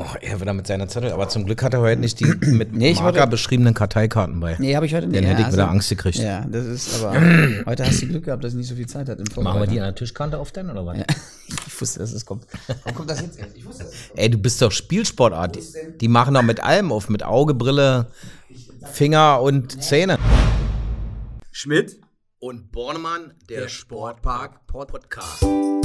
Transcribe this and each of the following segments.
Oh, er wieder mit seiner Zettel. Aber zum Glück hat er heute nicht die mit Marker beschriebenen Karteikarten bei. Nee, habe ich heute nicht. Dann hätte ich wieder Angst gekriegt. Ja, das ist aber. Heute hast du Glück gehabt, dass ich nicht so viel Zeit hatte. Machen wir die an der Tischkante auf denn, oder was? Ja. Ich wusste, dass es kommt. Warum kommt das jetzt erst? Ich wusste, dass es kommt. Ey, du bist doch Spielsportart. Die machen doch mit allem auf. Mit Auge, Brille, Finger und Zähne. Schmidt Und Bornemann, der Sportpark Podcast.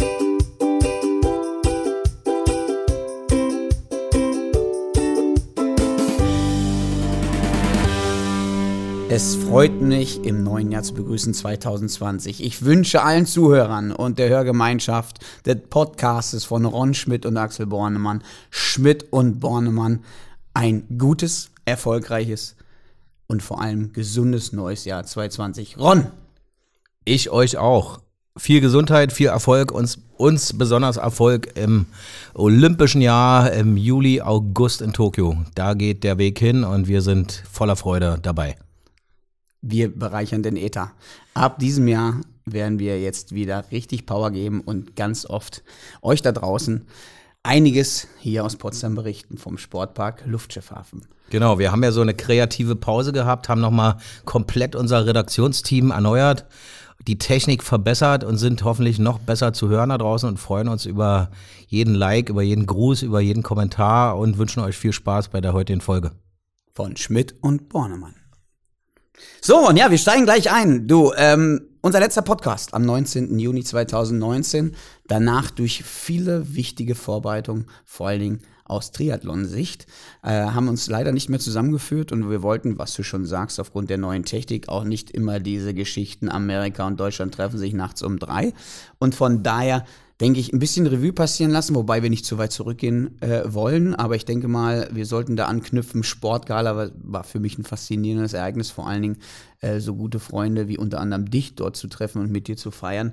Es freut mich, im neuen Jahr zu begrüßen, 2020. Ich wünsche allen Zuhörern und der Hörgemeinschaft des Podcastes von Ron Schmidt und Axel Bornemann, Schmidt und Bornemann, ein gutes, erfolgreiches und vor allem gesundes neues Jahr 2020. Ron! Ich euch auch. Viel Gesundheit, viel Erfolg, uns besonders Erfolg im olympischen Jahr im Juli, August in Tokio. Da geht der Weg hin und wir sind voller Freude dabei. Wir bereichern den Äther. Ab diesem Jahr werden wir jetzt wieder richtig Power geben und ganz oft euch da draußen einiges hier aus Potsdam berichten vom Sportpark Luftschiffhafen. Genau, wir haben ja so eine kreative Pause gehabt, haben nochmal komplett unser Redaktionsteam erneuert, die Technik verbessert und sind hoffentlich noch besser zu hören da draußen und freuen uns über jeden Like, über jeden Gruß, über jeden Kommentar und wünschen euch viel Spaß bei der heutigen Folge. Von Schmidt und Bornemann. So, und ja, wir steigen gleich ein. Du, unser letzter Podcast am 19. Juni 2019, danach durch viele wichtige Vorbereitungen, vor allen Dingen aus Triathlon-Sicht, haben uns leider nicht mehr zusammengeführt und wir wollten, was du schon sagst, aufgrund der neuen Technik auch nicht immer diese Geschichten, Amerika und Deutschland treffen sich nachts um 3 und von daher denke ich, ein bisschen Revue passieren lassen, wobei wir nicht zu weit zurückgehen wollen. Aber ich denke mal, wir sollten da anknüpfen. Sportgala war für mich ein faszinierendes Ereignis, vor allen Dingen so gute Freunde wie unter anderem dich dort zu treffen und mit dir zu feiern.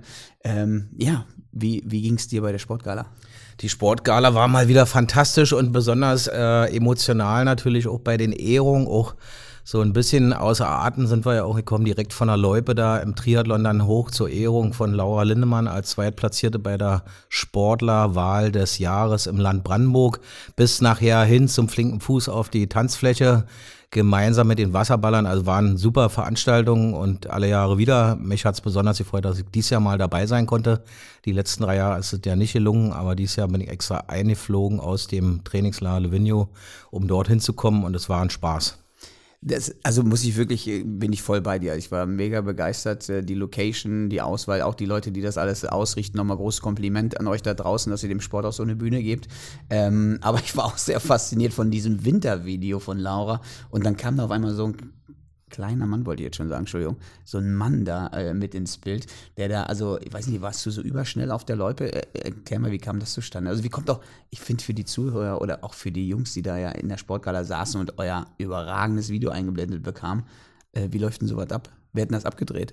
Wie ging es dir bei der Sportgala? Die Sportgala war mal wieder fantastisch und besonders emotional natürlich auch bei den Ehrungen, auch so ein bisschen außer Atem sind wir ja auch gekommen, direkt von der Loipe da im Triathlon dann hoch zur Ehrung von Laura Lindemann als Zweitplatzierte bei der Sportlerwahl des Jahres im Land Brandenburg, bis nachher hin zum flinken Fuß auf die Tanzfläche, gemeinsam mit den Wasserballern. Also waren super Veranstaltungen und alle Jahre wieder. Mich hat es besonders gefreut, dass ich dieses Jahr mal dabei sein konnte. Die letzten 3 Jahre ist es ja nicht gelungen, aber dieses Jahr bin ich extra eingeflogen aus dem Trainingslager Livigno, um dorthin zu kommen und es war ein Spaß. Also bin ich voll bei dir. Ich war mega begeistert. Die Location, die Auswahl, auch die Leute, die das alles ausrichten. Nochmal großes Kompliment an euch da draußen, dass ihr dem Sport auch so eine Bühne gebt. Aber ich war auch sehr fasziniert von diesem Wintervideo von Laura. Und dann kam da auf einmal so ein kleiner Mann, wollte ich jetzt schon sagen, Entschuldigung, so ein Mann da mit ins Bild, der da, also, ich weiß nicht, warst du so überschnell auf der Loipe? Erklär mal, wie kam das zustande? Also, wie kommt auch, ich finde für die Zuhörer oder auch für die Jungs, die da ja in der Sportgala saßen und euer überragendes Video eingeblendet bekamen, wie läuft denn sowas ab? Wer hat denn das abgedreht?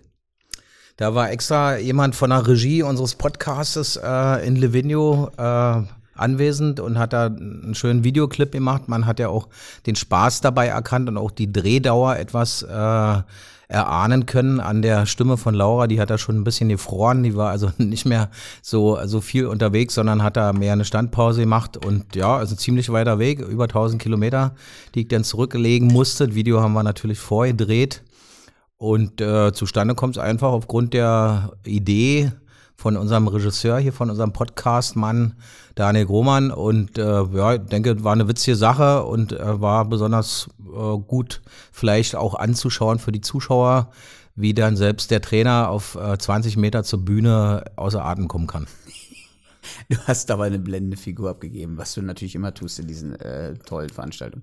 Da war extra jemand von der Regie unseres Podcastes in Livigno anwesend und hat da einen schönen Videoclip gemacht. Man hat ja auch den Spaß dabei erkannt und auch die Drehdauer etwas erahnen können an der Stimme von Laura. Die hat da schon ein bisschen gefroren. Die war also nicht mehr so viel unterwegs, sondern hat da mehr eine Standpause gemacht. Und ja, also ziemlich weiter Weg, über 1000 Kilometer, die ich dann zurücklegen musste. Das Video haben wir natürlich vorgedreht. Und zustande kommt es einfach aufgrund der Idee von unserem Regisseur hier, von unserem Podcast-Mann Daniel Grohmann und ich denke, war eine witzige Sache und war besonders gut vielleicht auch anzuschauen für die Zuschauer, wie dann selbst der Trainer auf 20 Meter zur Bühne außer Atem kommen kann. Du hast aber eine blendende Figur abgegeben, was du natürlich immer tust in diesen tollen Veranstaltungen.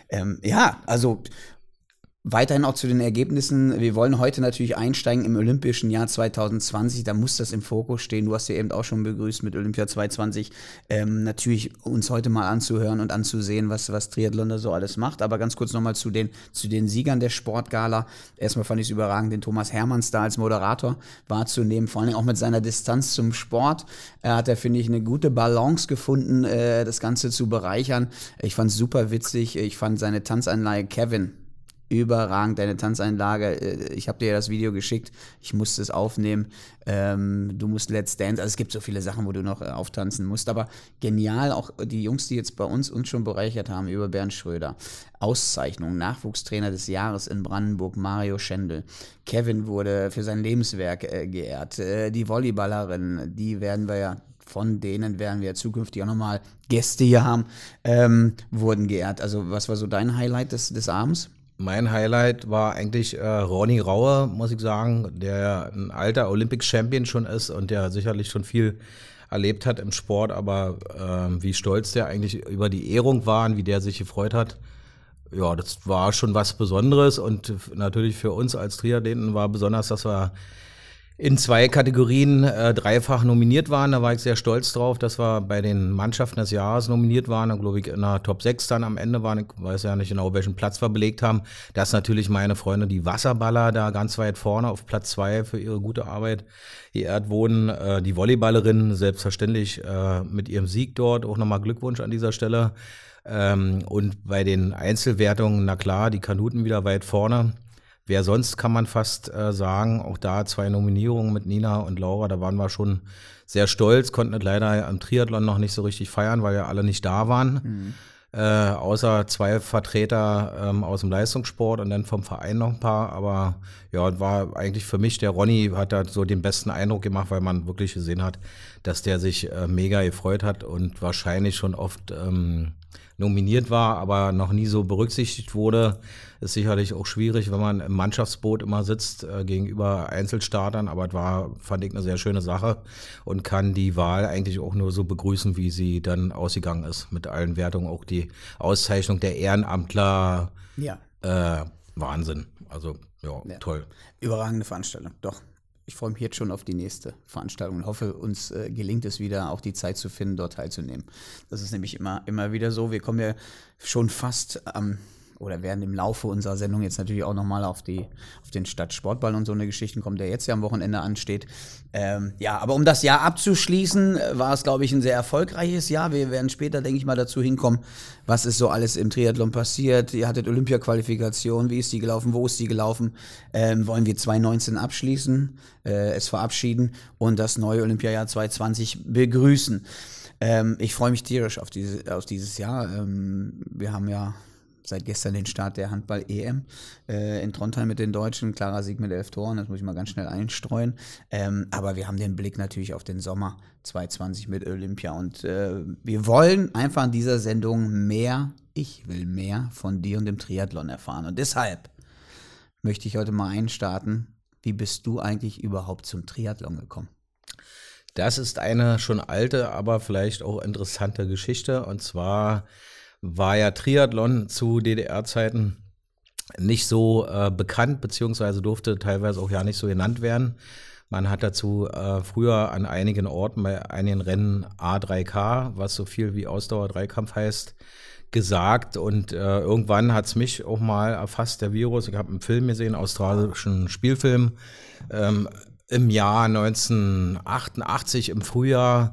Also weiterhin auch zu den Ergebnissen. Wir wollen heute natürlich einsteigen im Olympischen Jahr 2020. Da muss das im Fokus stehen. Du hast ja eben auch schon begrüßt mit Olympia 2020. Natürlich uns heute mal anzuhören und anzusehen, was Triathlon da so alles macht. Aber ganz kurz nochmal zu den Siegern der Sportgala. Erstmal fand ich es überragend, den Thomas Hermanns da als Moderator wahrzunehmen. Vor allem auch mit seiner Distanz zum Sport. Hat er, finde ich, eine gute Balance gefunden, das Ganze zu bereichern. Ich fand es super witzig. Ich fand seine Tanzanlage Kevin überragend, deine Tanzeinlage. Ich habe dir ja das Video geschickt, ich musste es aufnehmen. Du musst Let's Dance, also es gibt so viele Sachen, wo du noch auftanzen musst, aber genial, auch die Jungs, die jetzt bei uns schon bereichert haben über Bernd Schröder. Auszeichnung, Nachwuchstrainer des Jahres in Brandenburg, Mario Schendl. Kevin wurde für sein Lebenswerk geehrt. Die Volleyballerin, von denen werden wir zukünftig auch nochmal Gäste hier haben, wurden geehrt. Also was war so dein Highlight des Abends? Mein Highlight war eigentlich Ronny Raue, muss ich sagen, der ein alter Olympic-Champion schon ist und der sicherlich schon viel erlebt hat im Sport, aber wie stolz der eigentlich über die Ehrung war und wie der sich gefreut hat. Ja, das war schon was Besonderes und natürlich für uns als Triathleten war besonders, dass wir in 2 Kategorien dreifach nominiert waren. Da war ich sehr stolz drauf, dass wir bei den Mannschaften des Jahres nominiert waren und glaube ich in der Top 6 dann am Ende waren. Ich weiß ja nicht genau, welchen Platz wir belegt haben. Dass natürlich meine Freunde, die Wasserballer, da ganz weit vorne auf Platz 2 für ihre gute Arbeit geehrt wurden. Die Volleyballerinnen selbstverständlich mit ihrem Sieg dort. Auch nochmal Glückwunsch an dieser Stelle. Und bei den Einzelwertungen, na klar, die Kanuten wieder weit vorne. Wer sonst, kann man fast sagen, auch da 2 Nominierungen mit Nina und Laura, da waren wir schon sehr stolz, konnten das leider am Triathlon noch nicht so richtig feiern, weil ja alle nicht da waren. Außer 2 Vertreter aus dem Leistungssport und dann vom Verein noch ein paar. Aber ja, war eigentlich für mich, der Ronny hat da so den besten Eindruck gemacht, weil man wirklich gesehen hat, dass der sich mega gefreut hat und wahrscheinlich schon oft nominiert war, aber noch nie so berücksichtigt wurde. Ist sicherlich auch schwierig, wenn man im Mannschaftsboot immer sitzt gegenüber Einzelstartern, aber es war, fand ich, eine sehr schöne Sache und kann die Wahl eigentlich auch nur so begrüßen, wie sie dann ausgegangen ist, mit allen Wertungen, auch die Auszeichnung der Ehrenamtler. Ja. Wahnsinn, also ja, toll. Überragende Veranstaltung, doch. Ich freue mich jetzt schon auf die nächste Veranstaltung und hoffe, uns gelingt es wieder, auch die Zeit zu finden, dort teilzunehmen. Das ist nämlich immer wieder so. Wir kommen ja schon fast oder werden im Laufe unserer Sendung jetzt natürlich auch nochmal auf den Stadtsportball und so eine Geschichte kommen, der jetzt ja am Wochenende ansteht. Aber um das Jahr abzuschließen, war es, glaube ich, ein sehr erfolgreiches Jahr. Wir werden später, denke ich mal, dazu hinkommen, was ist so alles im Triathlon passiert. Ihr hattet Olympia-Qualifikation, wie ist die gelaufen, wo ist die gelaufen? Wollen wir 2019 abschließen, es verabschieden und das neue Olympiajahr 2020 begrüßen. Ich freue mich tierisch auf dieses Jahr. Wir haben ja seit gestern den Start der Handball-EM in Trondheim mit den Deutschen. Klarer Sieg mit 11 Toren, das muss ich mal ganz schnell einstreuen. Aber wir haben den Blick natürlich auf den Sommer 2020 mit Olympia. Und wir wollen einfach in dieser Sendung ich will mehr von dir und dem Triathlon erfahren. Und deshalb möchte ich heute mal einstarten. Wie bist du eigentlich überhaupt zum Triathlon gekommen? Das ist eine schon alte, aber vielleicht auch interessante Geschichte. Und zwar war ja Triathlon zu DDR-Zeiten nicht so bekannt, beziehungsweise durfte teilweise auch ja nicht so genannt werden. Man hat dazu früher an einigen Orten bei einigen Rennen A3K, was so viel wie Ausdauer-Dreikampf heißt, gesagt. Und irgendwann hat es mich auch mal erfasst, der Virus. Ich habe einen Film gesehen, einen australischen Spielfilm, im Jahr 1988 im Frühjahr,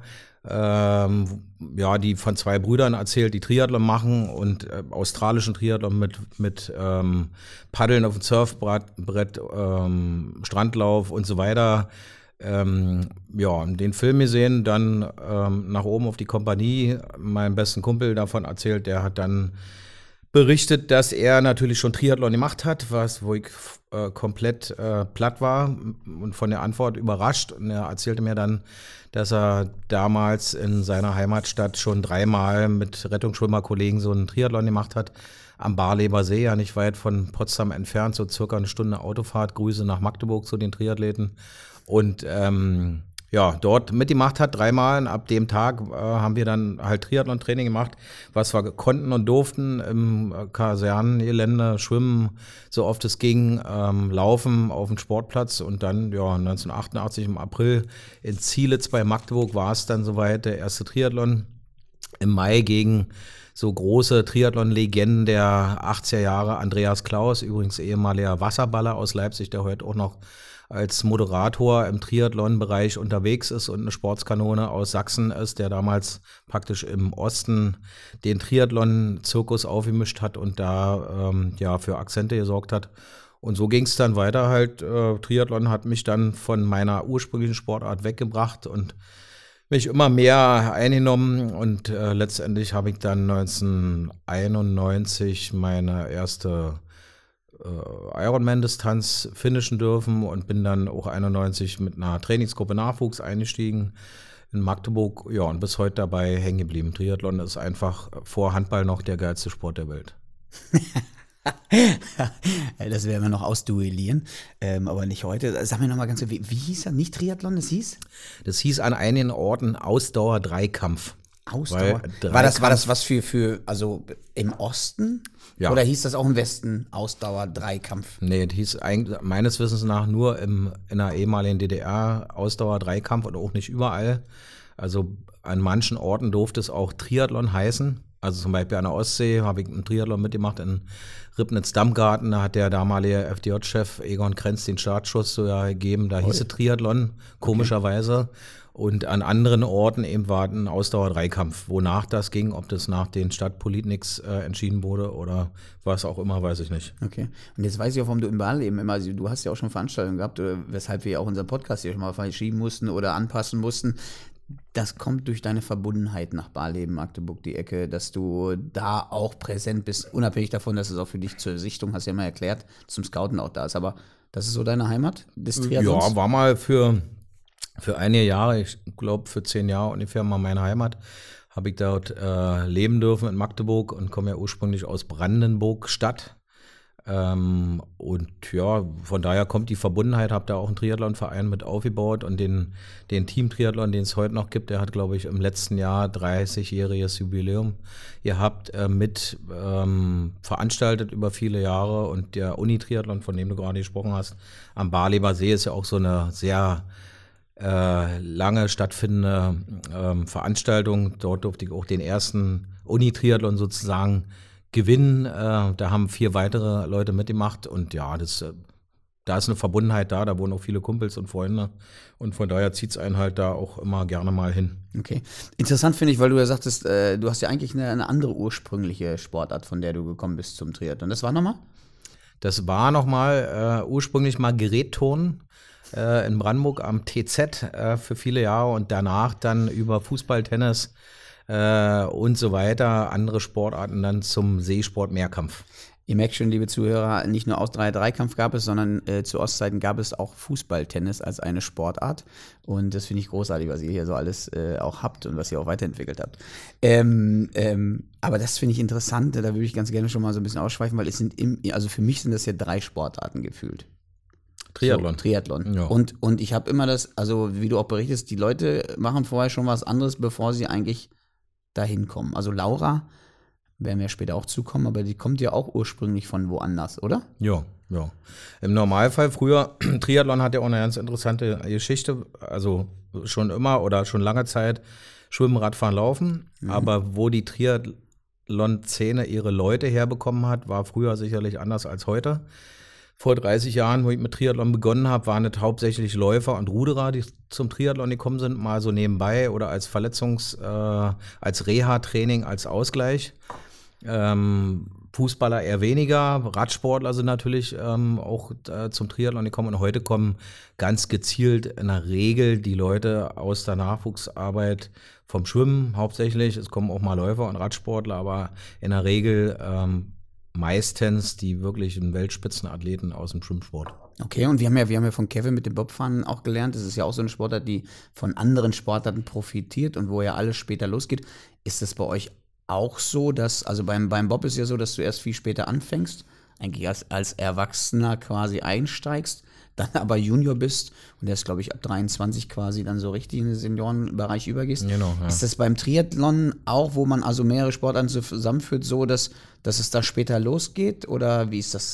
die von 2 Brüdern erzählt, die Triathlon machen und australischen Triathlon mit Paddeln auf dem Surfbrett, Strandlauf und so weiter. Den Film gesehen, dann nach oben auf die Kompanie, meinem besten Kumpel davon erzählt, der hat dann berichtet, dass er natürlich schon Triathlon gemacht hat, wo ich komplett platt war und von der Antwort überrascht. Und er erzählte mir dann, dass er damals in seiner Heimatstadt schon 3-mal mit Rettungsschwimmerkollegen so einen Triathlon gemacht hat. Am Barleber See, ja nicht weit von Potsdam entfernt, so circa eine Stunde Autofahrt. Grüße nach Magdeburg zu den Triathleten. Und dort mitgemacht hat 3-mal. Und ab dem Tag haben wir dann halt Triathlon-Training gemacht, was wir konnten und durften im Kasernengelände, schwimmen, so oft es ging, laufen auf dem Sportplatz. Und dann, 1988 im April in Zielitz bei Magdeburg war es dann soweit, der erste Triathlon. Im Mai gegen so große Triathlon-Legenden der 80er Jahre, Andreas Klaus, übrigens ehemaliger Wasserballer aus Leipzig, der heute auch noch als Moderator im Triathlon-Bereich unterwegs ist und eine Sportskanone aus Sachsen ist, der damals praktisch im Osten den Triathlon-Zirkus aufgemischt hat und da für Akzente gesorgt hat. Und so ging es dann weiter halt. Triathlon hat mich dann von meiner ursprünglichen Sportart weggebracht und mich immer mehr eingenommen. Und letztendlich habe ich dann 1991 meine erste Ironman-Distanz finishen dürfen und bin dann auch 91 mit einer Trainingsgruppe Nachwuchs eingestiegen in Magdeburg. Ja, und bis heute dabei hängen geblieben. Triathlon ist einfach vor Handball noch der geilste Sport der Welt. Das werden wir noch ausduellieren, aber nicht heute. Sag mir nochmal ganz, wie hieß das? Nicht Triathlon, das hieß? Das hieß an einigen Orten Ausdauer-Dreikampf. Ausdauer? War das was für also im Osten? Ja. Oder hieß das auch im Westen Ausdauer-Dreikampf? Nee, das hieß eigentlich meines Wissens nach nur in der ehemaligen DDR Ausdauer-Dreikampf und auch nicht überall. Also an manchen Orten durfte es auch Triathlon heißen. Also zum Beispiel an der Ostsee habe ich einen Triathlon mitgemacht in Ribnitz-Dammgarten. Da hat der damalige FDJ-Chef Egon Krenz den Startschuss so gegeben. Da hieß es Triathlon, komischerweise. Okay. Und an anderen Orten eben war ein Ausdauer-Dreikampf. Wonach das ging, ob das nach den Stadtpolitniks entschieden wurde oder was auch immer, weiß ich nicht. Okay. Und jetzt weiß ich auch, warum du im Badleben immer, also du hast ja auch schon Veranstaltungen gehabt, weshalb wir ja auch unseren Podcast hier schon mal verschieben mussten oder anpassen mussten. Das kommt durch deine Verbundenheit nach Barleben, Magdeburg, die Ecke, dass du da auch präsent bist, unabhängig davon, dass es auch für dich zur Sichtung, hast du ja mal erklärt, zum Scouten auch da ist. Aber das ist so deine Heimat des Triathlons? Ja, war mal für einige Jahre, ich glaube für 10 Jahre ungefähr mal meine Heimat, habe ich dort leben dürfen in Magdeburg und komme ja ursprünglich aus Brandenburg-Stadt. Und ja, von daher kommt die Verbundenheit, habe da auch einen Triathlonverein mit aufgebaut und den Team-Triathlon, den es heute noch gibt, der hat, glaube ich, im letzten Jahr 30-jähriges Jubiläum gehabt, mit veranstaltet über viele Jahre und der Uni-Triathlon, von dem du gerade gesprochen hast, am Barleber See ist ja auch so eine sehr lange stattfindende Veranstaltung. Dort durfte ich auch den ersten Uni-Triathlon sozusagen gewinnen. Da haben 4 weitere Leute mitgemacht und ja, da ist eine Verbundenheit da wohnen auch viele Kumpels und Freunde und von daher zieht es einen halt da auch immer gerne mal hin. Okay. Interessant finde ich, weil du ja sagtest, du hast ja eigentlich eine andere ursprüngliche Sportart, von der du gekommen bist zum Triathlon. Das war nochmal? Das war nochmal ursprünglich mal Gerätturnen in Brandenburg am TZ für viele Jahre und danach dann über Fußball, Tennis und so weiter, andere Sportarten dann zum Seesport Mehrkampf. Ihr merkt schon, liebe Zuhörer, nicht nur Ausdauer-Dreikampf gab es, sondern zu Ostzeiten gab es auch Fußball-Tennis als eine Sportart. Und das finde ich großartig, was ihr hier so alles auch habt und was ihr auch weiterentwickelt habt. Aber das finde ich interessant, da würde ich ganz gerne schon mal so ein bisschen ausschweifen, weil also für mich sind das ja 3 Sportarten gefühlt. Triathlon. So, Triathlon. Ja. Und ich habe immer also wie du auch berichtest, die Leute machen vorher schon was anderes, bevor sie eigentlich dahin kommen. Also Laura, werden wir später auch zukommen, aber die kommt ja auch ursprünglich von woanders, oder? Ja. Im Normalfall früher, Triathlon hat ja auch eine ganz interessante Geschichte, also schon immer oder schon lange Zeit Schwimmen, Radfahren, Laufen, aber wo die Triathlon-Szene ihre Leute herbekommen hat, war früher sicherlich anders als heute. Vor 30 Jahren, wo ich mit Triathlon begonnen habe, waren es hauptsächlich Läufer und Ruderer, die zum Triathlon gekommen sind, mal so nebenbei oder als als Reha-Training, als Ausgleich. Fußballer eher weniger, Radsportler sind natürlich auch zum Triathlon gekommen und heute kommen ganz gezielt in der Regel die Leute aus der Nachwuchsarbeit vom Schwimmen hauptsächlich. Es kommen auch mal Läufer und Radsportler, aber in der Regel meistens die wirklichen Weltspitzenathleten aus dem Schwimmsport. Okay, und wir haben ja von Kevin mit dem Bobfahren auch gelernt, das ist ja auch so eine Sportart, die von anderen Sportarten profitiert und wo ja alles später losgeht. Ist das bei euch auch so, dass, also beim Bob ist ja so, dass du erst viel später anfängst, eigentlich als Erwachsener quasi einsteigst, dann aber Junior bist und erst, glaube ich, ab 23 quasi dann so richtig in den Seniorenbereich übergehst. Genau, ja. Ist das beim Triathlon auch, wo man also mehrere Sportarten zusammenführt, so, dass es da später losgeht oder wie ist das?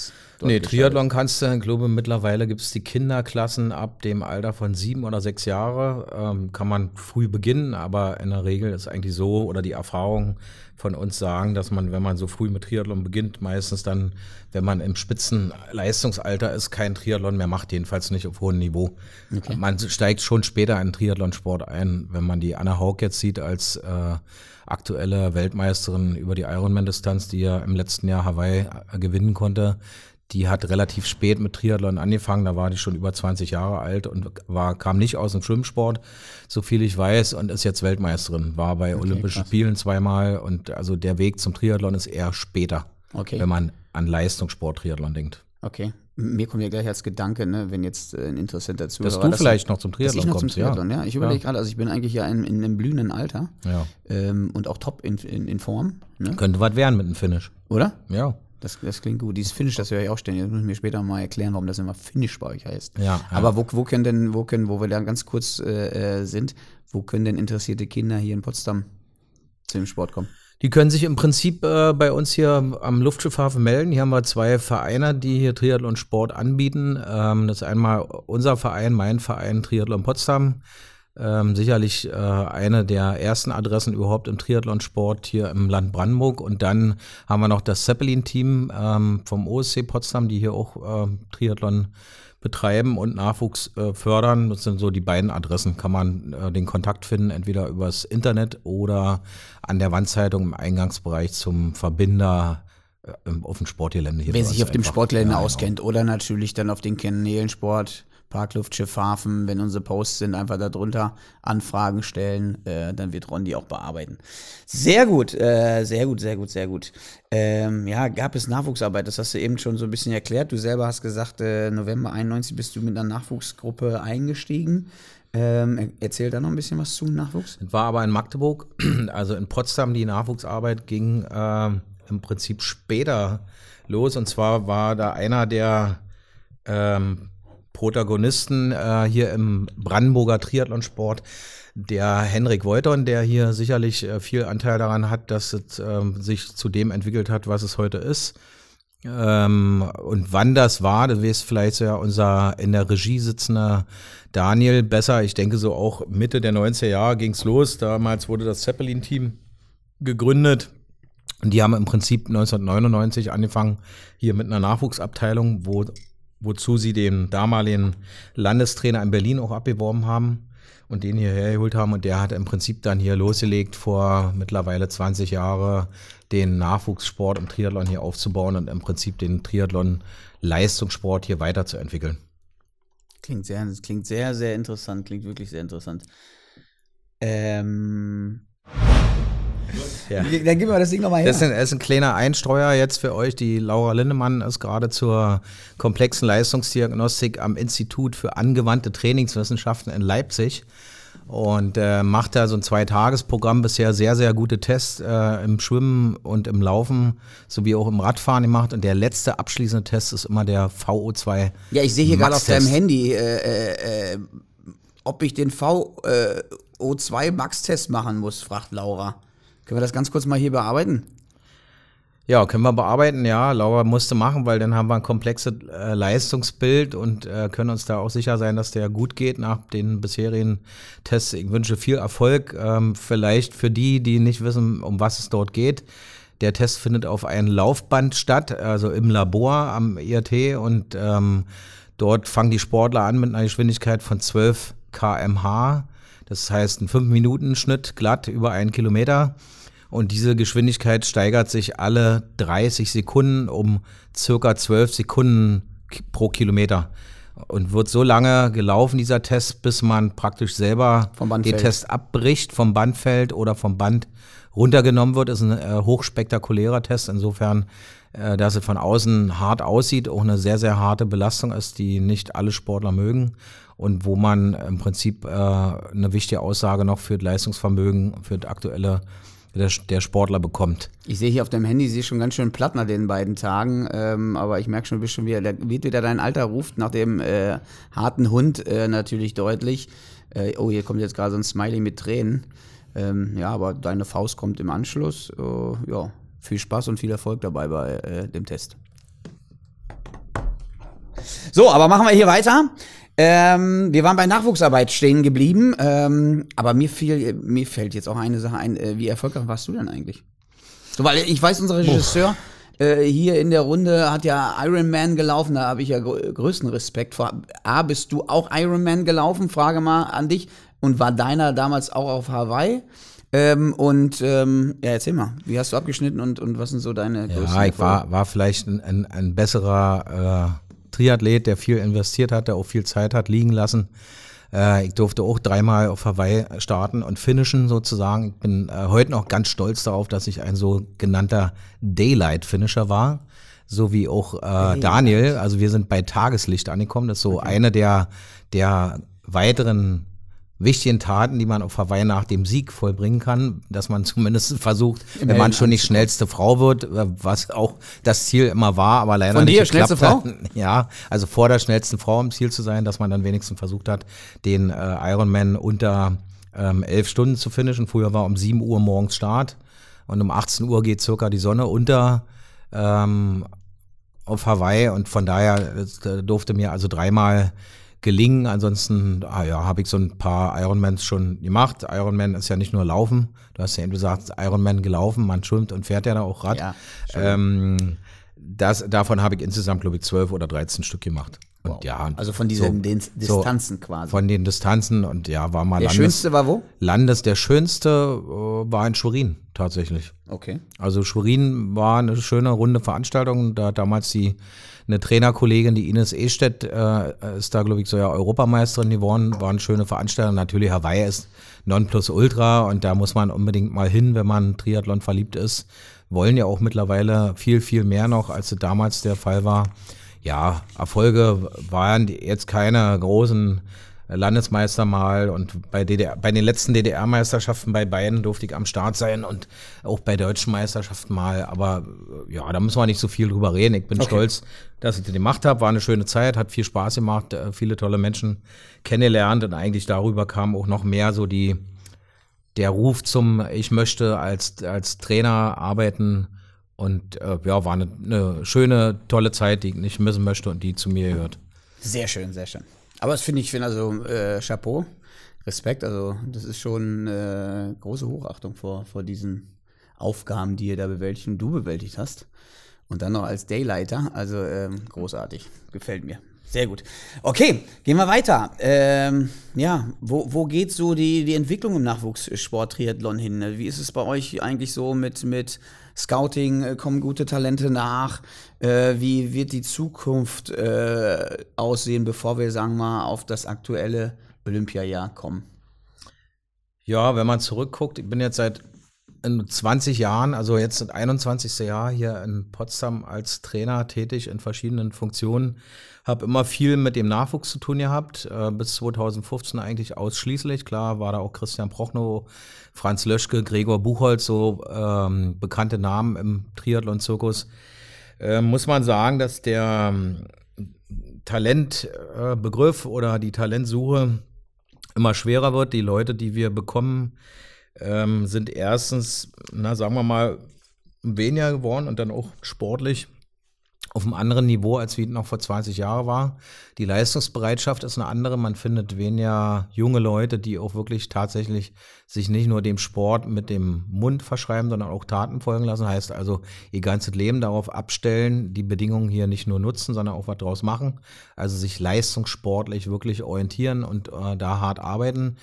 Nee, Triathlon kannst du, ich glaube, mittlerweile gibt es die Kinderklassen ab dem Alter von 7 oder 6 Jahre. Kann man früh beginnen, aber in der Regel ist eigentlich so, oder die Erfahrungen von uns sagen, dass man, wenn man so früh mit Triathlon beginnt, meistens dann, wenn man im Spitzenleistungsalter ist, kein Triathlon mehr macht, jedenfalls nicht auf hohem Niveau. Okay. Man steigt schon später in Triathlonsport ein, wenn man die Anna Haug jetzt sieht als aktuelle Weltmeisterin über die Ironman-Distanz, die ja im letzten Jahr Hawaii gewinnen konnte. Die hat relativ spät mit Triathlon angefangen, da war die schon über 20 Jahre alt und kam nicht aus dem Schwimmsport, so viel ich weiß, und ist jetzt Weltmeisterin, war bei Olympischen Spielen zweimal, und also der Weg zum Triathlon ist eher später, wenn man an Leistungssport-Triathlon denkt. Okay. Mir kommt ja gleich als Gedanke, ne, wenn jetzt ein Interessenter Zuhörer... Dass du vielleicht noch zum Triathlon kommst, zum Triathlon, ja. Ich überlege gerade, also ich bin eigentlich ja in einem blühenden Alter und auch top in Form. Ne? Könnte was werden mit dem Finish. Oder? Ja. Das klingt gut. Dieses Finish, das höre ich auch ständig. Das muss ich mir später mal erklären, warum das immer Finish bei euch heißt. Ja. Aber wo wir da ganz kurz sind, wo können denn interessierte Kinder hier in Potsdam zu dem Sport kommen? Die können sich im Prinzip bei uns hier am Luftschiffhafen melden. Hier haben wir 2 Vereine, die hier Triathlon-Sport anbieten. Das ist einmal unser Verein, mein Verein Triathlon Potsdam. Sicherlich eine der ersten Adressen überhaupt im Triathlonsport hier im Land Brandenburg. Und dann haben wir noch das Zeppelin-Team vom OSC Potsdam, die hier auch Triathlon betreiben und Nachwuchs fördern. Das sind so die beiden Adressen. Kann man den Kontakt finden, entweder übers Internet oder an der Wandzeitung im Eingangsbereich zum Verbinder auf dem Sportgelände hier. Wer sich auf dem Sportgelände auskennt, oder natürlich dann auf den Kanälen Sport, Park, Luftschiff, Hafen, wenn unsere Posts sind, einfach darunter Anfragen stellen, dann wird Ron die auch bearbeiten. Sehr gut, sehr gut. Gab es Nachwuchsarbeit, das hast du eben schon so ein bisschen erklärt. Du selber hast gesagt, November 91 bist du mit einer Nachwuchsgruppe eingestiegen. Erzähl da noch ein bisschen was zu Nachwuchs. Das war aber in Magdeburg, also in Potsdam, die Nachwuchsarbeit ging im Prinzip später los. Und zwar war da einer der Protagonisten hier im Brandenburger Triathlonsport, der Henrik Wolton, der hier sicherlich viel Anteil daran hat, dass es sich zu dem entwickelt hat, was es heute ist. Und wann das war, das weiß vielleicht ja unser in der Regie sitzender Daniel besser. Ich denke so auch Mitte der 90er Jahre ging es los. Damals wurde das Zeppelin-Team gegründet. Und die haben im Prinzip 1999 angefangen, hier mit einer Nachwuchsabteilung, wozu sie den damaligen Landestrainer in Berlin auch abgeworben haben und den hierher geholt haben. Und der hat im Prinzip dann hier losgelegt, vor mittlerweile 20 Jahren den Nachwuchssport im Triathlon hier aufzubauen und im Prinzip den Triathlon-Leistungssport hier weiterzuentwickeln. Klingt sehr, sehr interessant. Klingt wirklich sehr interessant. Ja. Dann gib mal das Ding nochmal her. Das ist ein kleiner Einstreuer jetzt für euch. Die Laura Lindemann ist gerade zur komplexen Leistungsdiagnostik am Institut für angewandte Trainingswissenschaften in Leipzig und macht da so ein 2-Tages-Programm, bisher sehr, sehr gute Tests im Schwimmen und im Laufen sowie auch im Radfahren gemacht. Und der letzte abschließende Test ist immer der VO2. Ja, ich sehe hier gerade auf deinem Handy, ob ich den VO2 Max-Test machen muss, fragt Laura. Können wir das ganz kurz mal hier bearbeiten? Ja, können wir bearbeiten, ja. Laura musste machen, weil dann haben wir ein komplexes Leistungsbild und können uns da auch sicher sein, dass der gut geht nach den bisherigen Tests. Ich wünsche viel Erfolg. Vielleicht für die nicht wissen, um was es dort geht. Der Test findet auf einem Laufband statt, also im Labor am IRT, und dort fangen die Sportler an mit einer Geschwindigkeit von 12 km/h. Das heißt, ein 5-Minuten-Schnitt glatt über 1 Kilometer. Und diese Geschwindigkeit steigert sich alle 30 Sekunden um circa 12 Sekunden pro Kilometer. Und wird so lange gelaufen, dieser Test, bis man praktisch selber den Test abbricht, vom Band fällt oder vom Band runtergenommen wird. Das ist ein hochspektakulärer Test. Insofern, dass es von außen hart aussieht, auch eine sehr, sehr harte Belastung ist, die nicht alle Sportler mögen. Und wo man im Prinzip eine wichtige Aussage noch für das Leistungsvermögen, für das aktuelle der Sportler bekommt. Ich sehe hier auf deinem Handy, schon ganz schön platt nach den beiden Tagen, aber ich merke schon, du bist schon wieder, dein Alter ruft nach dem harten Hund natürlich deutlich. Hier kommt jetzt gerade so ein Smiley mit Tränen. Aber deine Faust kommt im Anschluss. Viel Spaß und viel Erfolg dabei bei dem Test. So, aber machen wir hier weiter. Wir waren bei Nachwuchsarbeit stehen geblieben, aber mir fällt jetzt auch eine Sache ein. Wie erfolgreich warst du denn eigentlich? So, weil ich weiß, unser Regisseur hier in der Runde hat ja Ironman gelaufen, da habe ich ja größten Respekt vor. Bist du auch Ironman gelaufen? Frage mal an dich. Und war deiner damals auch auf Hawaii? Erzähl mal, wie hast du abgeschnitten und was sind so deine größten Ja, ich war vielleicht ein besserer Triathlet, der viel investiert hat, der auch viel Zeit hat liegen lassen. Ich durfte auch 3-mal auf Hawaii starten und finishen sozusagen. Ich bin heute noch ganz stolz darauf, dass ich ein sogenannter Daylight-Finisher war, so wie auch Daniel. Also wir sind bei Tageslicht angekommen. Das ist so eine der weiteren wichtigen Taten, die man auf Hawaii nach dem Sieg vollbringen kann, dass man zumindest versucht, wenn man schon nicht schnellste Frau wird, was auch das Ziel immer war, aber leider von nicht dir, geklappt schnellste hat. Frau? Ja, also vor der schnellsten Frau im Ziel zu sein, dass man dann wenigstens versucht hat, den Ironman unter 11 Stunden zu finishen. Früher war um 7 Uhr morgens Start und um 18 Uhr geht circa die Sonne unter auf Hawaii und von daher durfte mir also 3-mal gelingen. Ansonsten habe ich so ein paar Ironmans schon gemacht. Ironman ist ja nicht nur Laufen. Du hast ja eben gesagt, Ironman gelaufen, man schwimmt und fährt ja da auch Rad. Ja, davon habe ich insgesamt, glaube ich, 12 oder 13 Stück gemacht. Und wow. ja, also von diesen Distanzen quasi. Von den Distanzen und ja, war mal Der schönste war wo? Der schönste war in Schwerin tatsächlich. Okay. Also Schwerin war eine schöne runde Veranstaltung. Da damals eine Trainerkollegin, die Ines Ehstedt, ist da, glaube ich, so ja Europameisterin geworden. War eine schöne Veranstaltung. Natürlich Hawaii ist Nonplusultra und da muss man unbedingt mal hin, wenn man Triathlon verliebt ist. Wollen ja auch mittlerweile viel, viel mehr noch, als es damals der Fall war. Ja, Erfolge waren jetzt keine großen Landesmeister mal und bei den letzten DDR-Meisterschaften bei beiden durfte ich am Start sein und auch bei deutschen Meisterschaften mal, aber ja, da müssen wir nicht so viel drüber reden. Ich bin stolz, dass ich das gemacht habe, war eine schöne Zeit, hat viel Spaß gemacht, viele tolle Menschen kennengelernt und eigentlich darüber kam auch noch mehr so der Ruf zum, ich möchte als Trainer arbeiten und war eine schöne, tolle Zeit, die ich nicht missen möchte und die zu mir gehört. Sehr schön, sehr schön. Aber ich finde Chapeau, Respekt, also das ist schon große Hochachtung vor diesen Aufgaben, die du bewältigt hast. Und dann noch als Daylighter, also großartig, gefällt mir. Sehr gut. Okay, gehen wir weiter. Wo geht so die Entwicklung im Nachwuchssport-Triathlon hin? Wie ist es bei euch eigentlich so mit Scouting? Kommen gute Talente nach? Wie wird die Zukunft aussehen, bevor wir, sagen wir mal, auf das aktuelle Olympiajahr kommen? Ja, wenn man zurückguckt, ich bin jetzt seit 20 Jahren, also jetzt das 21. Jahr hier in Potsdam als Trainer tätig in verschiedenen Funktionen. Habe immer viel mit dem Nachwuchs zu tun gehabt, bis 2015 eigentlich ausschließlich. Klar war da auch Christian Prochnow, Franz Löschke, Gregor Buchholz, so bekannte Namen im Triathlon-Zirkus. Muss man sagen, dass der Talentbegriff oder die Talentsuche immer schwerer wird. Die Leute, die wir bekommen, sind erstens, sagen wir mal, weniger geworden und dann auch sportlich auf einem anderen Niveau, als wie es noch vor 20 Jahren war. Die Leistungsbereitschaft ist eine andere. Man findet weniger junge Leute, die auch wirklich tatsächlich sich nicht nur dem Sport mit dem Mund verschreiben, sondern auch Taten folgen lassen. Heißt also, ihr ganzes Leben darauf abstellen, die Bedingungen hier nicht nur nutzen, sondern auch was draus machen. Also sich leistungssportlich wirklich orientieren und da hart arbeiten.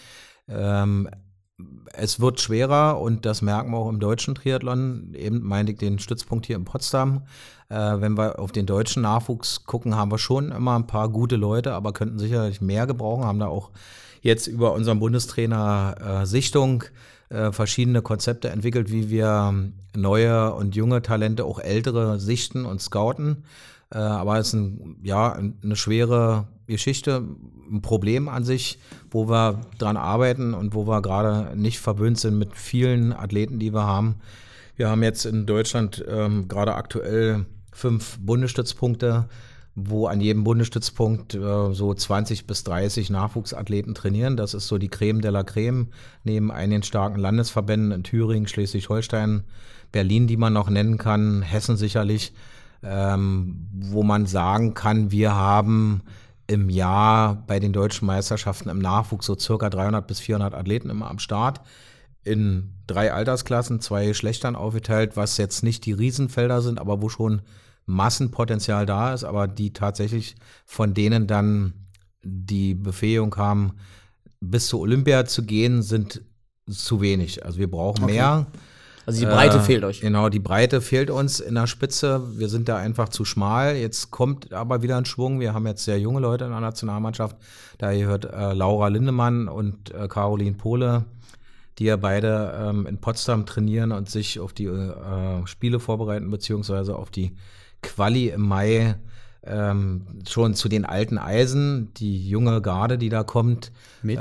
Es wird schwerer und das merken wir auch im deutschen Triathlon. Eben meinte ich den Stützpunkt hier in Potsdam. Wenn wir auf den deutschen Nachwuchs gucken, haben wir schon immer ein paar gute Leute, aber könnten sicherlich mehr gebrauchen. Haben da auch jetzt über unseren Bundestrainer Sichtung verschiedene Konzepte entwickelt, wie wir neue und junge Talente, auch ältere, sichten und scouten. Aber es ist eine schwere Geschichte, ein Problem an sich, wo wir dran arbeiten und wo wir gerade nicht verwöhnt sind mit vielen Athleten, die wir haben. Wir haben jetzt in Deutschland gerade aktuell 5 Bundesstützpunkte, wo an jedem Bundesstützpunkt so 20 bis 30 Nachwuchsathleten trainieren. Das ist so die Creme de la Creme, neben einigen starken Landesverbänden in Thüringen, Schleswig-Holstein, Berlin, die man noch nennen kann, Hessen sicherlich. wo man sagen kann, wir haben im Jahr bei den deutschen Meisterschaften im Nachwuchs so circa 300 bis 400 Athleten immer am Start. In 3 Altersklassen, 2 Geschlechtern aufgeteilt, was jetzt nicht die Riesenfelder sind, aber wo schon Massenpotenzial da ist, aber die tatsächlich von denen dann die Befähigung haben, bis zur Olympia zu gehen, sind zu wenig. Also wir brauchen mehr. Also die Breite fehlt euch. Genau, die Breite fehlt uns in der Spitze. Wir sind da einfach zu schmal. Jetzt kommt aber wieder ein Schwung. Wir haben jetzt sehr junge Leute in der Nationalmannschaft. Da gehört Laura Lindemann und Caroline Pohle, die ja beide in Potsdam trainieren und sich auf die Spiele vorbereiten, beziehungsweise auf die Quali im Mai schon zu den alten Eisen. Die junge Garde, die da kommt,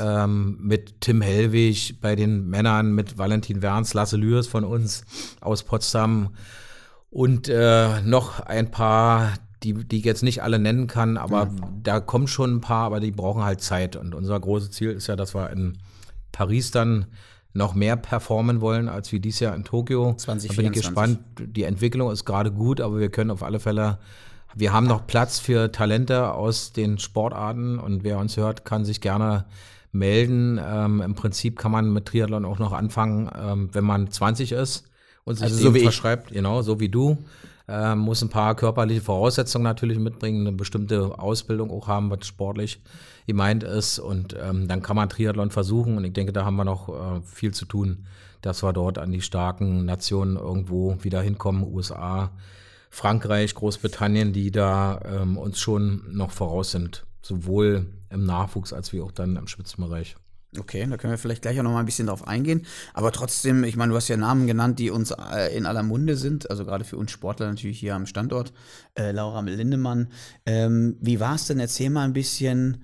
mit Tim Hellwig bei den Männern, mit Valentin Werns, Lasse Lührs von uns aus Potsdam und noch ein paar, die ich jetzt nicht alle nennen kann, aber da kommen schon ein paar, aber die brauchen halt Zeit. Und unser großes Ziel ist ja, dass wir in Paris dann noch mehr performen wollen, als wir dieses Jahr in Tokio. 2024. Da bin ich gespannt. Die Entwicklung ist gerade gut, aber wir können auf alle Fälle, wir haben noch Platz für Talente aus den Sportarten und wer uns hört, kann sich gerne melden. Im Prinzip kann man mit Triathlon auch noch anfangen, wenn man 20 ist und sich also so wie verschreibt, genau, so wie du. Muss ein paar körperliche Voraussetzungen natürlich mitbringen, eine bestimmte Ausbildung auch haben, was sportlich gemeint ist und dann kann man Triathlon versuchen und ich denke, da haben wir noch viel zu tun, dass wir dort an die starken Nationen irgendwo wieder hinkommen, USA, Frankreich, Großbritannien, die da uns schon noch voraus sind, sowohl im Nachwuchs als wie auch dann im Spitzenbereich. Okay, da können wir vielleicht gleich auch noch mal ein bisschen drauf eingehen. Aber trotzdem, ich meine, du hast ja Namen genannt, die uns in aller Munde sind. Also gerade für uns Sportler natürlich hier am Standort. Laura Lindemann. Wie war es denn? Erzähl mal ein bisschen,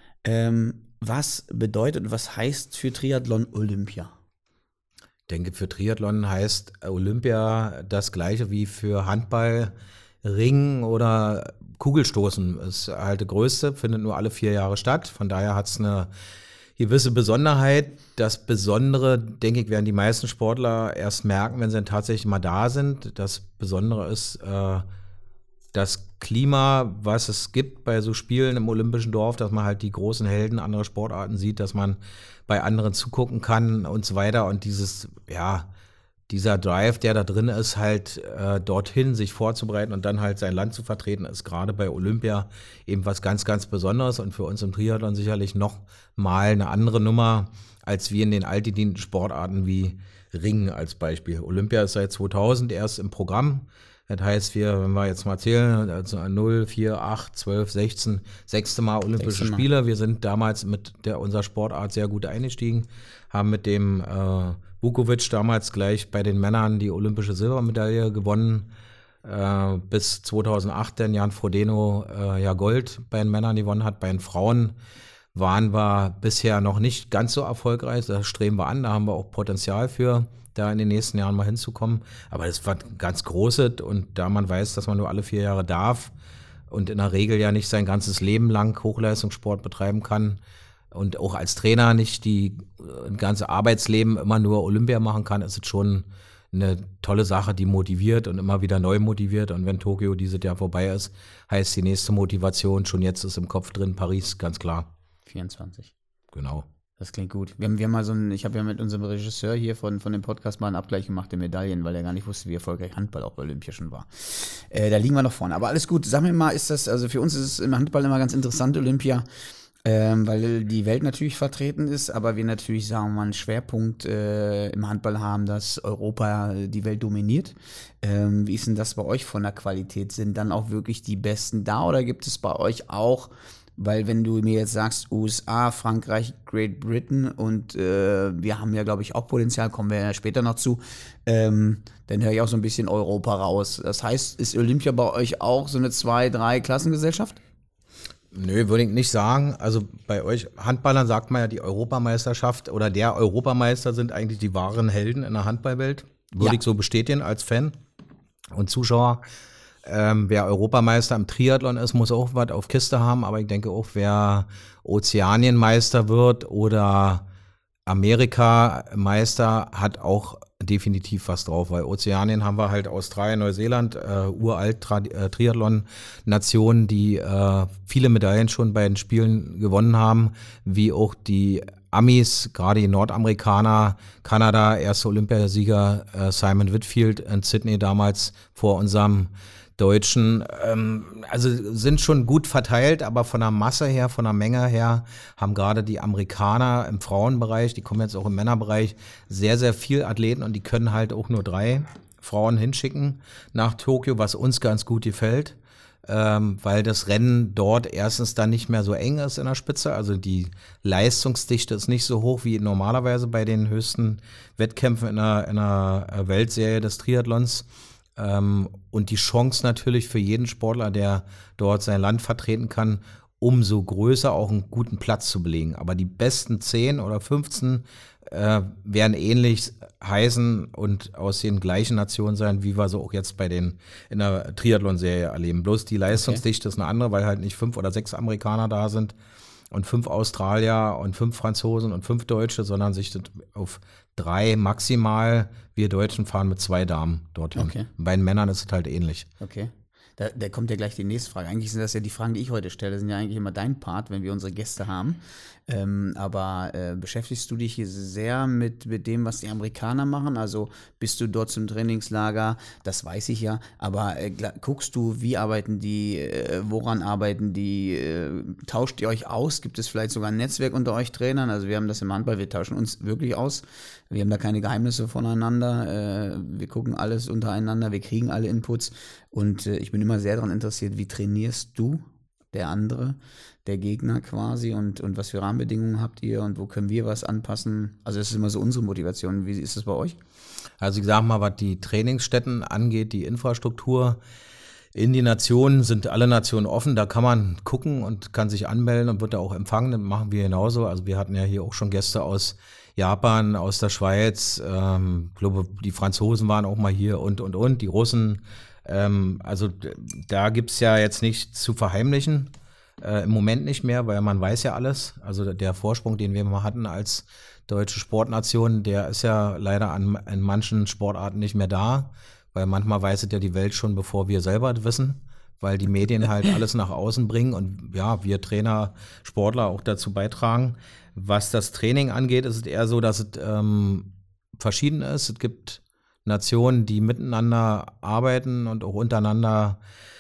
was bedeutet und was heißt für Triathlon Olympia? Ich denke, für Triathlon heißt Olympia das Gleiche wie für Handball, Ringen oder Kugelstoßen. Ist halt der größte, findet nur alle 4 Jahre statt. Von daher hat es eine gewisse Besonderheit. Das Besondere, denke ich, werden die meisten Sportler erst merken, wenn sie dann tatsächlich mal da sind. Das Besondere ist das Klima, was es gibt bei so Spielen im Olympischen Dorf, dass man halt die großen Helden anderer Sportarten sieht, dass man bei anderen zugucken kann und so weiter. Und dieser Drive, der da drin ist, halt dorthin sich vorzubereiten und dann halt sein Land zu vertreten, ist gerade bei Olympia eben was ganz, ganz Besonderes und für uns im Triathlon sicherlich noch mal eine andere Nummer, als wir in den altgedienten Sportarten wie Ringen als Beispiel. Olympia ist seit 2000 erst im Programm. Das heißt, wenn wir jetzt mal zählen, also 0, 4, 8, 12, 16, 6. Mal Olympische Spiele. Wir sind damals mit unserer Sportart sehr gut eingestiegen, haben mit dem Vukovic damals gleich bei den Männern die olympische Silbermedaille gewonnen. Bis 2008 dann Jan Frodeno Gold bei den Männern gewonnen hat. Bei den Frauen waren wir bisher noch nicht ganz so erfolgreich. Da streben wir an, da haben wir auch Potenzial für, da in den nächsten Jahren mal hinzukommen. Aber das war ganz Großes und da man weiß, dass man nur alle 4 Jahre darf und in der Regel ja nicht sein ganzes Leben lang Hochleistungssport betreiben kann und auch als Trainer nicht ein ganzes Arbeitsleben immer nur Olympia machen kann, ist es schon eine tolle Sache, die motiviert und immer wieder neu motiviert. Und wenn Tokio dieses Jahr vorbei ist, heißt die nächste Motivation, schon jetzt ist im Kopf drin, Paris, ganz klar. 24. Genau. Das klingt gut. Wir haben mal ich habe ja mit unserem Regisseur hier von dem Podcast mal einen Abgleich gemacht der Medaillen, weil er gar nicht wusste, wie erfolgreich Handball auch bei Olympia schon war. Da liegen wir noch vorne. Aber alles gut. Sag mir mal, also für uns ist es im Handball immer ganz interessant, Olympia, weil die Welt natürlich vertreten ist, aber wir natürlich, sagen wir mal, einen Schwerpunkt im Handball haben, dass Europa die Welt dominiert. Wie ist denn das bei euch von der Qualität? Sind dann auch wirklich die Besten da oder gibt es bei euch auch, weil wenn du mir jetzt sagst, USA, Frankreich, Great Britain und wir haben ja, glaube ich, auch Potenzial, kommen wir ja später noch zu, dann höre ich auch so ein bisschen Europa raus. Das heißt, ist Olympia bei euch auch so eine 2-3-Klassengesellschaft? Nö, würde ich nicht sagen. Also bei euch Handballern sagt man ja, die Europameisterschaft oder der Europameister sind eigentlich die wahren Helden in der Handballwelt. Würde ich so bestätigen als Fan und Zuschauer. Wer Europameister im Triathlon ist, muss auch was auf Kiste haben. Aber ich denke auch, wer Ozeanienmeister wird oder Amerikameister, hat auch definitiv was drauf, weil Ozeanien haben wir halt Australien, Neuseeland, uralt Triathlon-Nationen, die viele Medaillen schon bei den Spielen gewonnen haben, wie auch die Amis, gerade die Nordamerikaner, Kanada, erster Olympiasieger Simon Whitfield in Sydney damals vor unserem Deutschen, also sind schon gut verteilt, aber von der Masse her, von der Menge her, haben gerade die Amerikaner im Frauenbereich, die kommen jetzt auch im Männerbereich, sehr, sehr viel Athleten und die können halt auch nur 3 Frauen hinschicken nach Tokio, was uns ganz gut gefällt, weil das Rennen dort erstens dann nicht mehr so eng ist in der Spitze, also die Leistungsdichte ist nicht so hoch wie normalerweise bei den höchsten Wettkämpfen in einer Weltserie des Triathlons. Und die Chance natürlich für jeden Sportler, der dort sein Land vertreten kann, umso größer auch einen guten Platz zu belegen. Aber die besten 10 oder 15 werden ähnlich heißen und aus den gleichen Nationen sein, wie wir so auch jetzt in der Triathlon-Serie erleben. Bloß die Leistungsdichte ist eine andere, weil halt nicht 5 oder 6 Amerikaner da sind und 5 Australier und 5 Franzosen und 5 Deutsche, sondern sich auf 3 maximal. Wir Deutschen fahren mit 2 Damen dorthin. Okay. Bei den Männern ist es halt ähnlich. Okay. Da kommt ja gleich die nächste Frage. Eigentlich sind das ja die Fragen, die ich heute stelle, sind ja eigentlich immer dein Part, wenn wir unsere Gäste haben. Aber beschäftigst du dich sehr mit dem, was die Amerikaner machen? Also bist du dort zum Trainingslager? Das weiß ich ja. Aber guckst du, wie arbeiten die, woran arbeiten die? Tauscht ihr euch aus? Gibt es vielleicht sogar ein Netzwerk unter euch Trainern? Also wir haben das im Handball, wir tauschen uns wirklich aus. Wir haben da keine Geheimnisse voneinander. Wir gucken alles untereinander, wir kriegen alle Inputs. Und ich bin immer sehr daran interessiert, wie trainierst du, der andere, der Gegner quasi und was für Rahmenbedingungen habt ihr und wo können wir was anpassen? Also das ist immer so unsere Motivation. Wie ist das bei euch? Also ich sag mal, was die Trainingsstätten angeht, die Infrastruktur in die Nationen, sind alle Nationen offen. Da kann man gucken und kann sich anmelden und wird da auch empfangen. Das machen wir genauso. Also wir hatten ja hier auch schon Gäste aus Japan, aus der Schweiz. Ich glaube, die Franzosen waren auch mal hier und. Die Russen. Also da gibt's ja jetzt nichts zu verheimlichen. Im Moment nicht mehr, weil man weiß ja alles. Also der Vorsprung, den wir mal hatten als deutsche Sportnation, der ist ja leider in manchen Sportarten nicht mehr da, weil manchmal weiß es ja die Welt schon, bevor wir selber das wissen, weil die Medien halt alles nach außen bringen und ja, wir Trainer, Sportler auch dazu beitragen. Was das Training angeht, ist es eher so, dass es verschieden ist. Es gibt Nationen, die miteinander arbeiten und auch untereinander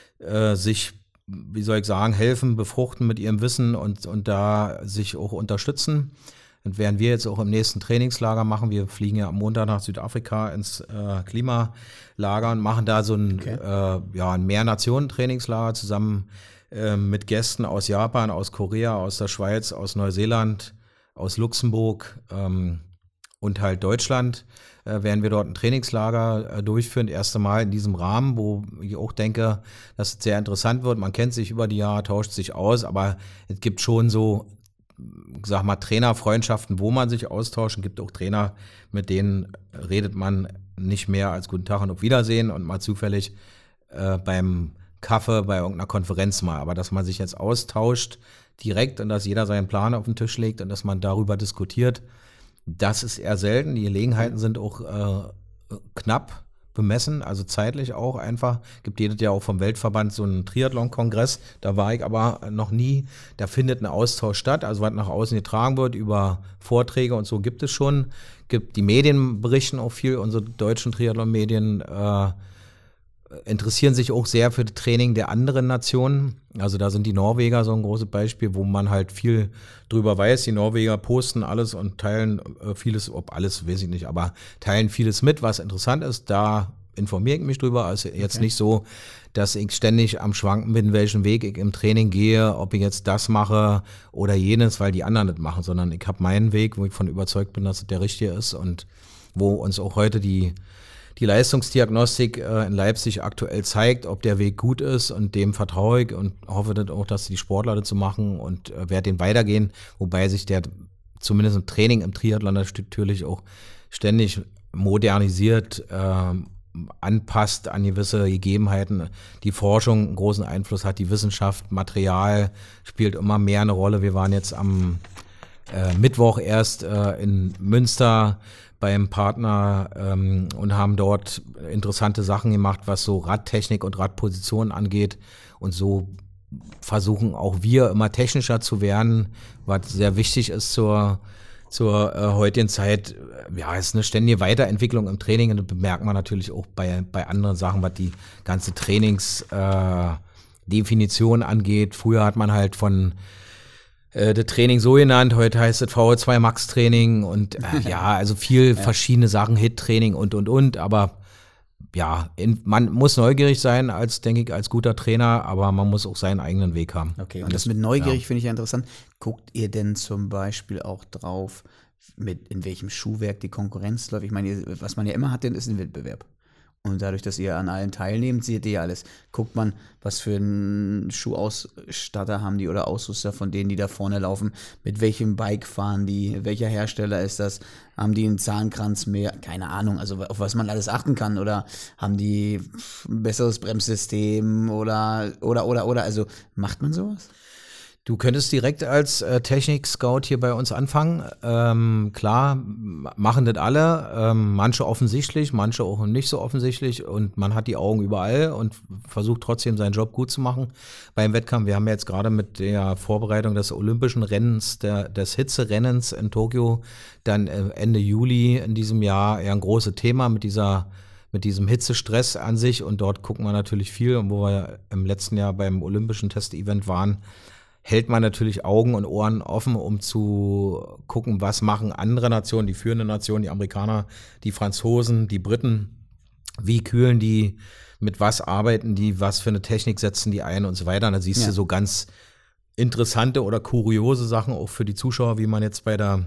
sich, wie soll ich sagen, helfen, befruchten mit ihrem Wissen und da sich auch unterstützen. Und werden wir jetzt auch im nächsten Trainingslager machen. Wir fliegen ja am Montag nach Südafrika ins Klimalager und machen da so ein Mehrnationen-Trainingslager zusammen mit Gästen aus Japan, aus Korea, aus der Schweiz, aus Neuseeland, aus Luxemburg und halt Deutschland. Werden wir dort ein Trainingslager durchführen, das erste Mal in diesem Rahmen, wo ich auch denke, dass es sehr interessant wird. Man kennt sich über die Jahre, tauscht sich aus, aber es gibt schon so, sag mal, Trainerfreundschaften, wo man sich austauscht. Es gibt auch Trainer, mit denen redet man nicht mehr als guten Tag und auf Wiedersehen und mal zufällig beim Kaffee bei irgendeiner Konferenz mal. Aber dass man sich jetzt austauscht direkt und dass jeder seinen Plan auf den Tisch legt und dass man darüber diskutiert, das ist eher selten. Die Gelegenheiten sind auch knapp bemessen, also zeitlich auch einfach. Gibt jedes Jahr auch vom Weltverband so einen Triathlon-Kongress. Da war ich aber noch nie. Da findet ein Austausch statt, also was nach außen getragen wird über Vorträge und so gibt es schon. Die Medien berichten auch viel, unsere deutschen Triathlon-Medien interessieren sich auch sehr für das Training der anderen Nationen. Also da sind die Norweger so ein großes Beispiel, wo man halt viel drüber weiß. Die Norweger posten alles und teilen vieles, ob alles, weiß ich nicht, aber teilen vieles mit, was interessant ist. Da informiere ich mich drüber. Also jetzt nicht so, dass ich ständig am Schwanken bin, welchen Weg ich im Training gehe, ob ich jetzt das mache oder jenes, weil die anderen das machen, sondern ich habe meinen Weg, wo ich von überzeugt bin, dass es der richtige ist und wo uns auch heute die Leistungsdiagnostik in Leipzig aktuell zeigt, ob der Weg gut ist und dem vertraue ich und hoffe dann auch, dass die Sportler dazu machen und werde den weitergehen, wobei sich der zumindest im Training im Triathlon natürlich auch ständig modernisiert, anpasst an gewisse Gegebenheiten. Die Forschung einen großen Einfluss hat, die Wissenschaft, Material spielt immer mehr eine Rolle. Wir waren jetzt am Mittwoch erst in Münster beim Partner und haben dort interessante Sachen gemacht, was so Radtechnik und Radposition angeht. Und so versuchen auch wir immer technischer zu werden, was sehr wichtig ist zur heutigen Zeit. Ja, es ist eine ständige Weiterentwicklung im Training und das bemerkt man natürlich auch bei anderen Sachen, was die ganze Trainingsdefinition angeht. Früher hat man halt von das Training so genannt, heute heißt es VO2 Max Training und ja, also viel verschiedene Sachen, Hit-Training und, aber ja, man muss neugierig sein denke ich, als guter Trainer, aber man muss auch seinen eigenen Weg haben. Okay, und das mit neugierig finde ich ja interessant. Guckt ihr denn zum Beispiel auch drauf, in welchem Schuhwerk die Konkurrenz läuft? Ich meine, was man ja immer hat, ist ein Wettbewerb. Und dadurch, dass ihr an allen teilnehmt, seht ihr ja alles. Guckt man, was für einen Schuhausstatter haben die oder Ausrüster von denen, die da vorne laufen, mit welchem Bike fahren die, welcher Hersteller ist das, haben die einen Zahnkranz mehr, keine Ahnung, also auf was man alles achten kann oder haben die ein besseres Bremssystem oder, also macht man sowas? Du könntest direkt als Technik-Scout hier bei uns anfangen. Klar, machen das alle. Manche offensichtlich, manche auch nicht so offensichtlich. Und man hat die Augen überall und versucht trotzdem seinen Job gut zu machen beim Wettkampf. Wir haben jetzt gerade mit der Vorbereitung des Olympischen Rennens, des Hitzerennens in Tokio, dann Ende Juli in diesem Jahr ein großes Thema mit diesem Hitzestress an sich. Und dort gucken wir natürlich viel. Und wo wir im letzten Jahr beim Olympischen Testevent waren, hält man natürlich Augen und Ohren offen, um zu gucken, was machen andere Nationen, die führenden Nationen, die Amerikaner, die Franzosen, die Briten, wie kühlen die, mit was arbeiten die, was für eine Technik setzen die ein und so weiter. Und da siehst du so ganz interessante oder kuriose Sachen auch für die Zuschauer, wie man jetzt bei der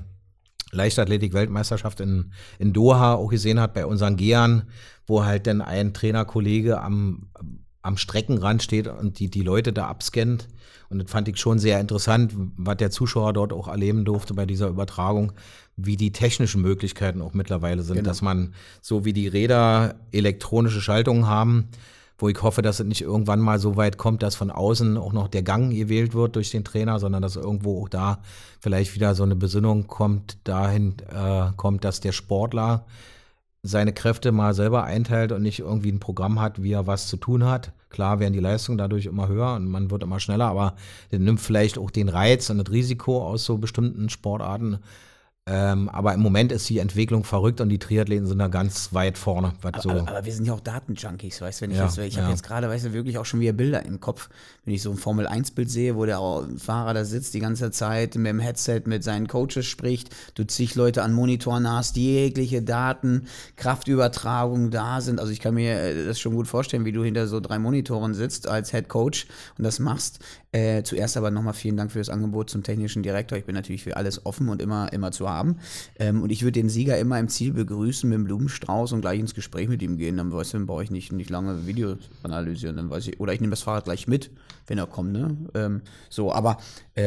Leichtathletik-Weltmeisterschaft in Doha auch gesehen hat, bei unseren Gehern, wo halt dann ein Trainerkollege am Streckenrand steht und die Leute da abscannt. Und das fand ich schon sehr interessant, was der Zuschauer dort auch erleben durfte bei dieser Übertragung, wie die technischen Möglichkeiten auch mittlerweile sind, dass man, so wie die Räder elektronische Schaltungen haben, wo ich hoffe, dass es nicht irgendwann mal so weit kommt, dass von außen auch noch der Gang gewählt wird durch den Trainer, sondern dass irgendwo auch da vielleicht wieder so eine Besinnung dahin kommt, dass der Sportler seine Kräfte mal selber einteilt und nicht irgendwie ein Programm hat, wie er was zu tun hat. Klar werden die Leistungen dadurch immer höher und man wird immer schneller, aber der nimmt vielleicht auch den Reiz und das Risiko aus so bestimmten Sportarten. Aber im Moment ist die Entwicklung verrückt und die Triathleten sind da ganz weit vorne. Aber wir sind ja auch Datenjunkies, weißt du, ich habe jetzt gerade, weißt du, wirklich auch schon wieder Bilder im Kopf, wenn ich so ein Formel-1-Bild sehe, wo der Fahrer da sitzt die ganze Zeit mit dem Headset mit seinen Coaches spricht, du zig Leute an Monitoren hast, jegliche Daten, Kraftübertragung da sind, also ich kann mir das schon gut vorstellen, wie du hinter so 3 Monitoren sitzt als Head Coach und das machst. Zuerst aber nochmal vielen Dank für das Angebot zum technischen Direktor. Ich bin natürlich für alles offen und immer zu haben. Und ich würde den Sieger immer im Ziel begrüßen mit dem Blumenstrauß und gleich ins Gespräch mit ihm gehen. Dann brauche ich nicht lange Videos analysieren. Dann weiß ich, oder ich nehme das Fahrrad gleich mit, wenn er kommt. Ne? Aber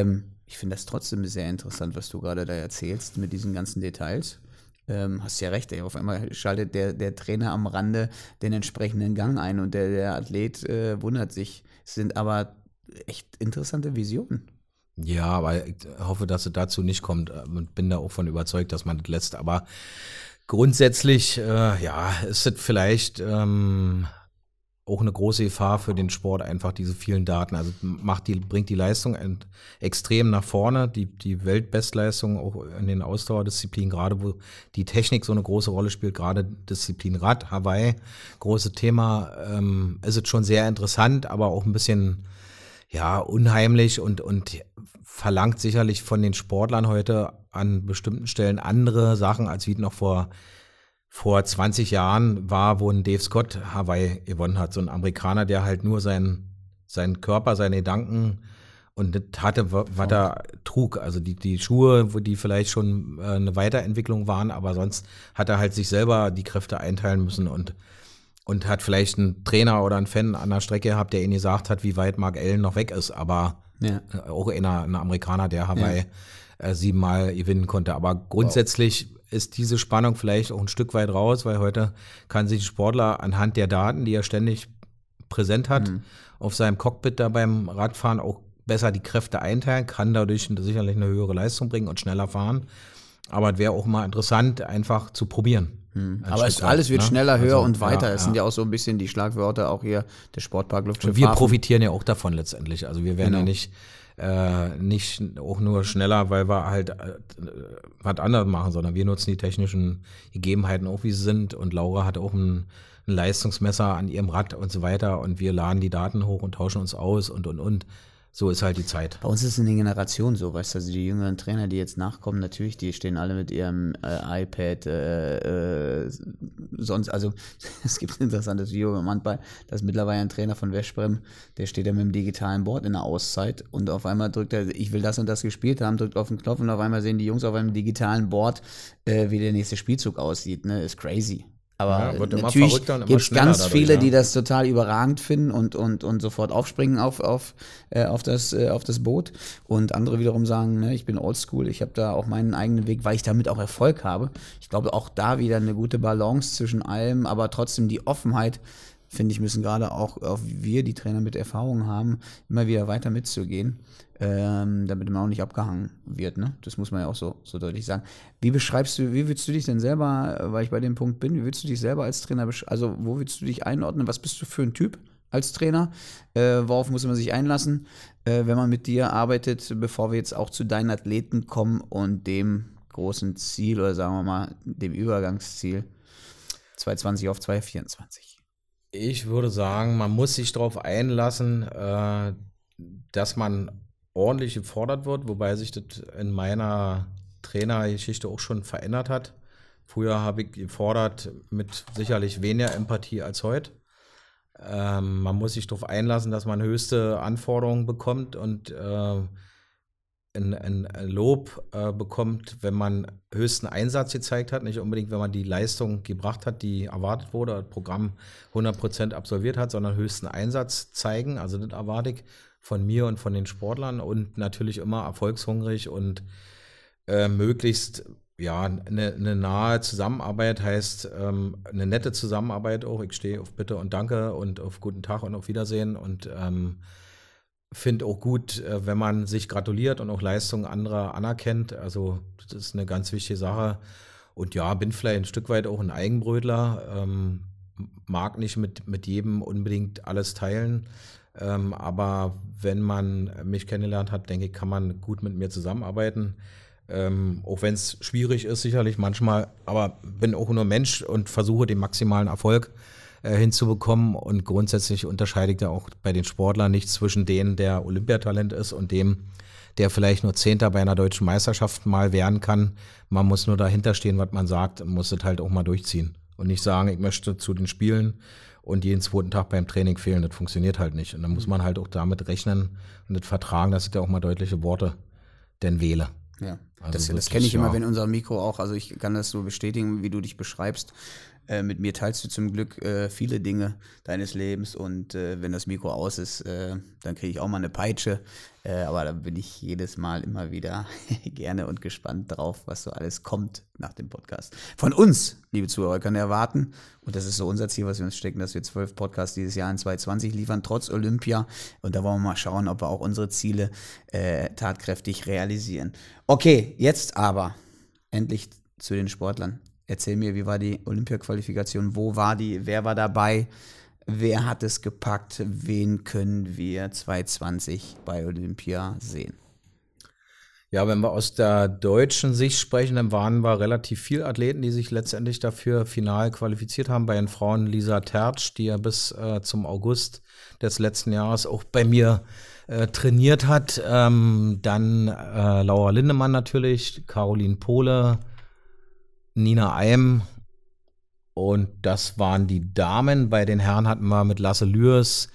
ich finde das trotzdem sehr interessant, was du gerade da erzählst mit diesen ganzen Details. Hast ja recht, auf einmal schaltet der Trainer am Rande den entsprechenden Gang ein und der Athlet wundert sich. Es sind aber echt interessante Visionen. Ja, aber ich hoffe, dass es dazu nicht kommt und bin da auch von überzeugt, dass man das lässt. Aber grundsätzlich, ist es vielleicht auch eine große Gefahr für den Sport, einfach diese vielen Daten. Also bringt die Leistung extrem nach vorne, die Weltbestleistung auch in den Ausdauerdisziplinen, gerade wo die Technik so eine große Rolle spielt, gerade Disziplin Rad, Hawaii, großes Thema, ist es schon sehr interessant, aber auch ein bisschen unheimlich und verlangt sicherlich von den Sportlern heute an bestimmten Stellen andere Sachen, als wie es noch vor 20 Jahren war, wo ein Dave Scott Hawaii gewonnen hat. So ein Amerikaner, der halt nur seinen Körper, seine Gedanken und das hatte, was er trug. Also die Schuhe, wo die vielleicht schon eine Weiterentwicklung waren, aber sonst hat er halt sich selber die Kräfte einteilen müssen und hat vielleicht einen Trainer oder einen Fan an der Strecke gehabt, der ihm gesagt hat, wie weit Mark Allen noch weg ist. Aber auch ein Amerikaner, der Hawaii 7-mal gewinnen konnte. Aber grundsätzlich ist diese Spannung vielleicht auch ein Stück weit raus, weil heute kann sich ein Sportler anhand der Daten, die er ständig präsent hat, auf seinem Cockpit da beim Radfahren auch besser die Kräfte einteilen, kann dadurch sicherlich eine höhere Leistung bringen und schneller fahren. Aber es wäre auch mal interessant, einfach zu probieren. Aber alles wird schneller, höher und weiter. Es sind ja ja auch so ein bisschen die Schlagwörter, auch hier der Sportpark Luftschiff. Und wir profitieren ja auch davon letztendlich. Also wir werden ja nicht auch nur schneller, weil wir halt was anderes machen, sondern wir nutzen die technischen Gegebenheiten auch, wie sie sind. Und Laura hat auch ein Leistungsmesser an ihrem Rad und so weiter. Und wir laden die Daten hoch und tauschen uns aus und. So ist halt die Zeit. Bei uns ist es eine Generation so, weißt du, also die jüngeren Trainer, die jetzt nachkommen, natürlich, die stehen alle mit ihrem iPad, sonst, also es gibt ein interessantes Video im Handball, da ist mittlerweile ein Trainer von Veszprem, der steht da mit dem digitalen Board in der Auszeit und auf einmal drückt er, ich will das und das gespielt haben, drückt auf den Knopf und auf einmal sehen die Jungs auf einem digitalen Board, wie der nächste Spielzug aussieht, ne, ist crazy. Aber natürlich gibt es ganz viele, die das total überragend finden und sofort aufspringen auf das Boot. Und andere wiederum sagen, ne, ich bin oldschool, ich habe da auch meinen eigenen Weg, weil ich damit auch Erfolg habe. Ich glaube, auch da wieder eine gute Balance zwischen allem, aber trotzdem die Offenheit, finde ich, müssen gerade auch wir, die Trainer mit Erfahrung haben, immer wieder weiter mitzugehen, damit man auch nicht abgehangen wird, ne? Das muss man ja auch so deutlich sagen. Wie würdest du dich denn selber, weil ich bei dem Punkt bin, wie würdest du dich selber als Trainer, also wo würdest du dich einordnen? Was bist du für ein Typ als Trainer? Worauf muss man sich einlassen, wenn man mit dir arbeitet, bevor wir jetzt auch zu deinen Athleten kommen und dem großen Ziel oder sagen wir mal dem Übergangsziel 220 auf 224? Ich würde sagen, man muss sich darauf einlassen, dass man ordentlich gefordert wird, wobei sich das in meiner Trainergeschichte auch schon verändert hat. Früher habe ich gefordert mit sicherlich weniger Empathie als heute. Man muss sich darauf einlassen, dass man höchste Anforderungen bekommt und ein Lob bekommt, wenn man höchsten Einsatz gezeigt hat, nicht unbedingt, wenn man die Leistung gebracht hat, die erwartet wurde, das Programm 100% absolviert hat, sondern höchsten Einsatz zeigen. Also das erwarte ich von mir und von den Sportlern und natürlich immer erfolgshungrig und möglichst eine nahe Zusammenarbeit heißt eine nette Zusammenarbeit auch. Ich stehe auf Bitte und Danke und auf Guten Tag und auf Wiedersehen und finde auch gut, wenn man sich gratuliert und auch Leistungen anderer anerkennt. Also das ist eine ganz wichtige Sache. Und ja, bin vielleicht ein Stück weit auch ein Eigenbrötler, mag nicht mit jedem unbedingt alles teilen. Aber wenn man mich kennengelernt hat, denke ich, kann man gut mit mir zusammenarbeiten. Auch wenn es schwierig ist, sicherlich manchmal, aber bin auch nur Mensch und versuche den maximalen Erfolg hinzubekommen. Und grundsätzlich unterscheide ich da auch bei den Sportlern nicht zwischen denen, der Olympiatalent ist und dem, der vielleicht nur Zehnter bei einer deutschen Meisterschaft mal werden kann. Man muss nur dahinter stehen, was man sagt, und muss es halt auch mal durchziehen. Und nicht sagen, ich möchte zu den Spielen und jeden zweiten Tag beim Training fehlen. Das funktioniert halt nicht. Und dann muss man halt auch damit rechnen und das vertragen, dass ich da auch mal deutliche Worte denn wähle. Ja, also das kenne ich immer, wenn unser Mikro auch, also ich kann das so bestätigen, wie du dich beschreibst. Mit mir teilst du zum Glück viele Dinge deines Lebens und wenn das Mikro aus ist, dann kriege ich auch mal eine Peitsche. Aber da bin ich jedes Mal immer wieder gerne und gespannt drauf, was so alles kommt nach dem Podcast. Von uns, liebe Zuhörer, können erwarten, und das ist so unser Ziel, was wir uns stecken, dass wir 12 Podcasts dieses Jahr in 2020 liefern, trotz Olympia. Und da wollen wir mal schauen, ob wir auch unsere Ziele tatkräftig realisieren. Okay, jetzt aber endlich zu den Sportlern. Erzähl mir, wie war die Olympia-Qualifikation? Wo war die? Wer war dabei? Wer hat es gepackt? Wen können wir 2020 bei Olympia sehen? Ja, wenn wir aus der deutschen Sicht sprechen, dann waren wir relativ viele Athleten, die sich letztendlich dafür final qualifiziert haben. Bei den Frauen Lisa Tertsch, die ja bis zum August des letzten Jahres auch bei mir trainiert hat. Dann Laura Lindemann natürlich, Caroline Pohle, Nina Eim, und das waren die Damen. Bei den Herren hatten wir mit Lasse Lührs,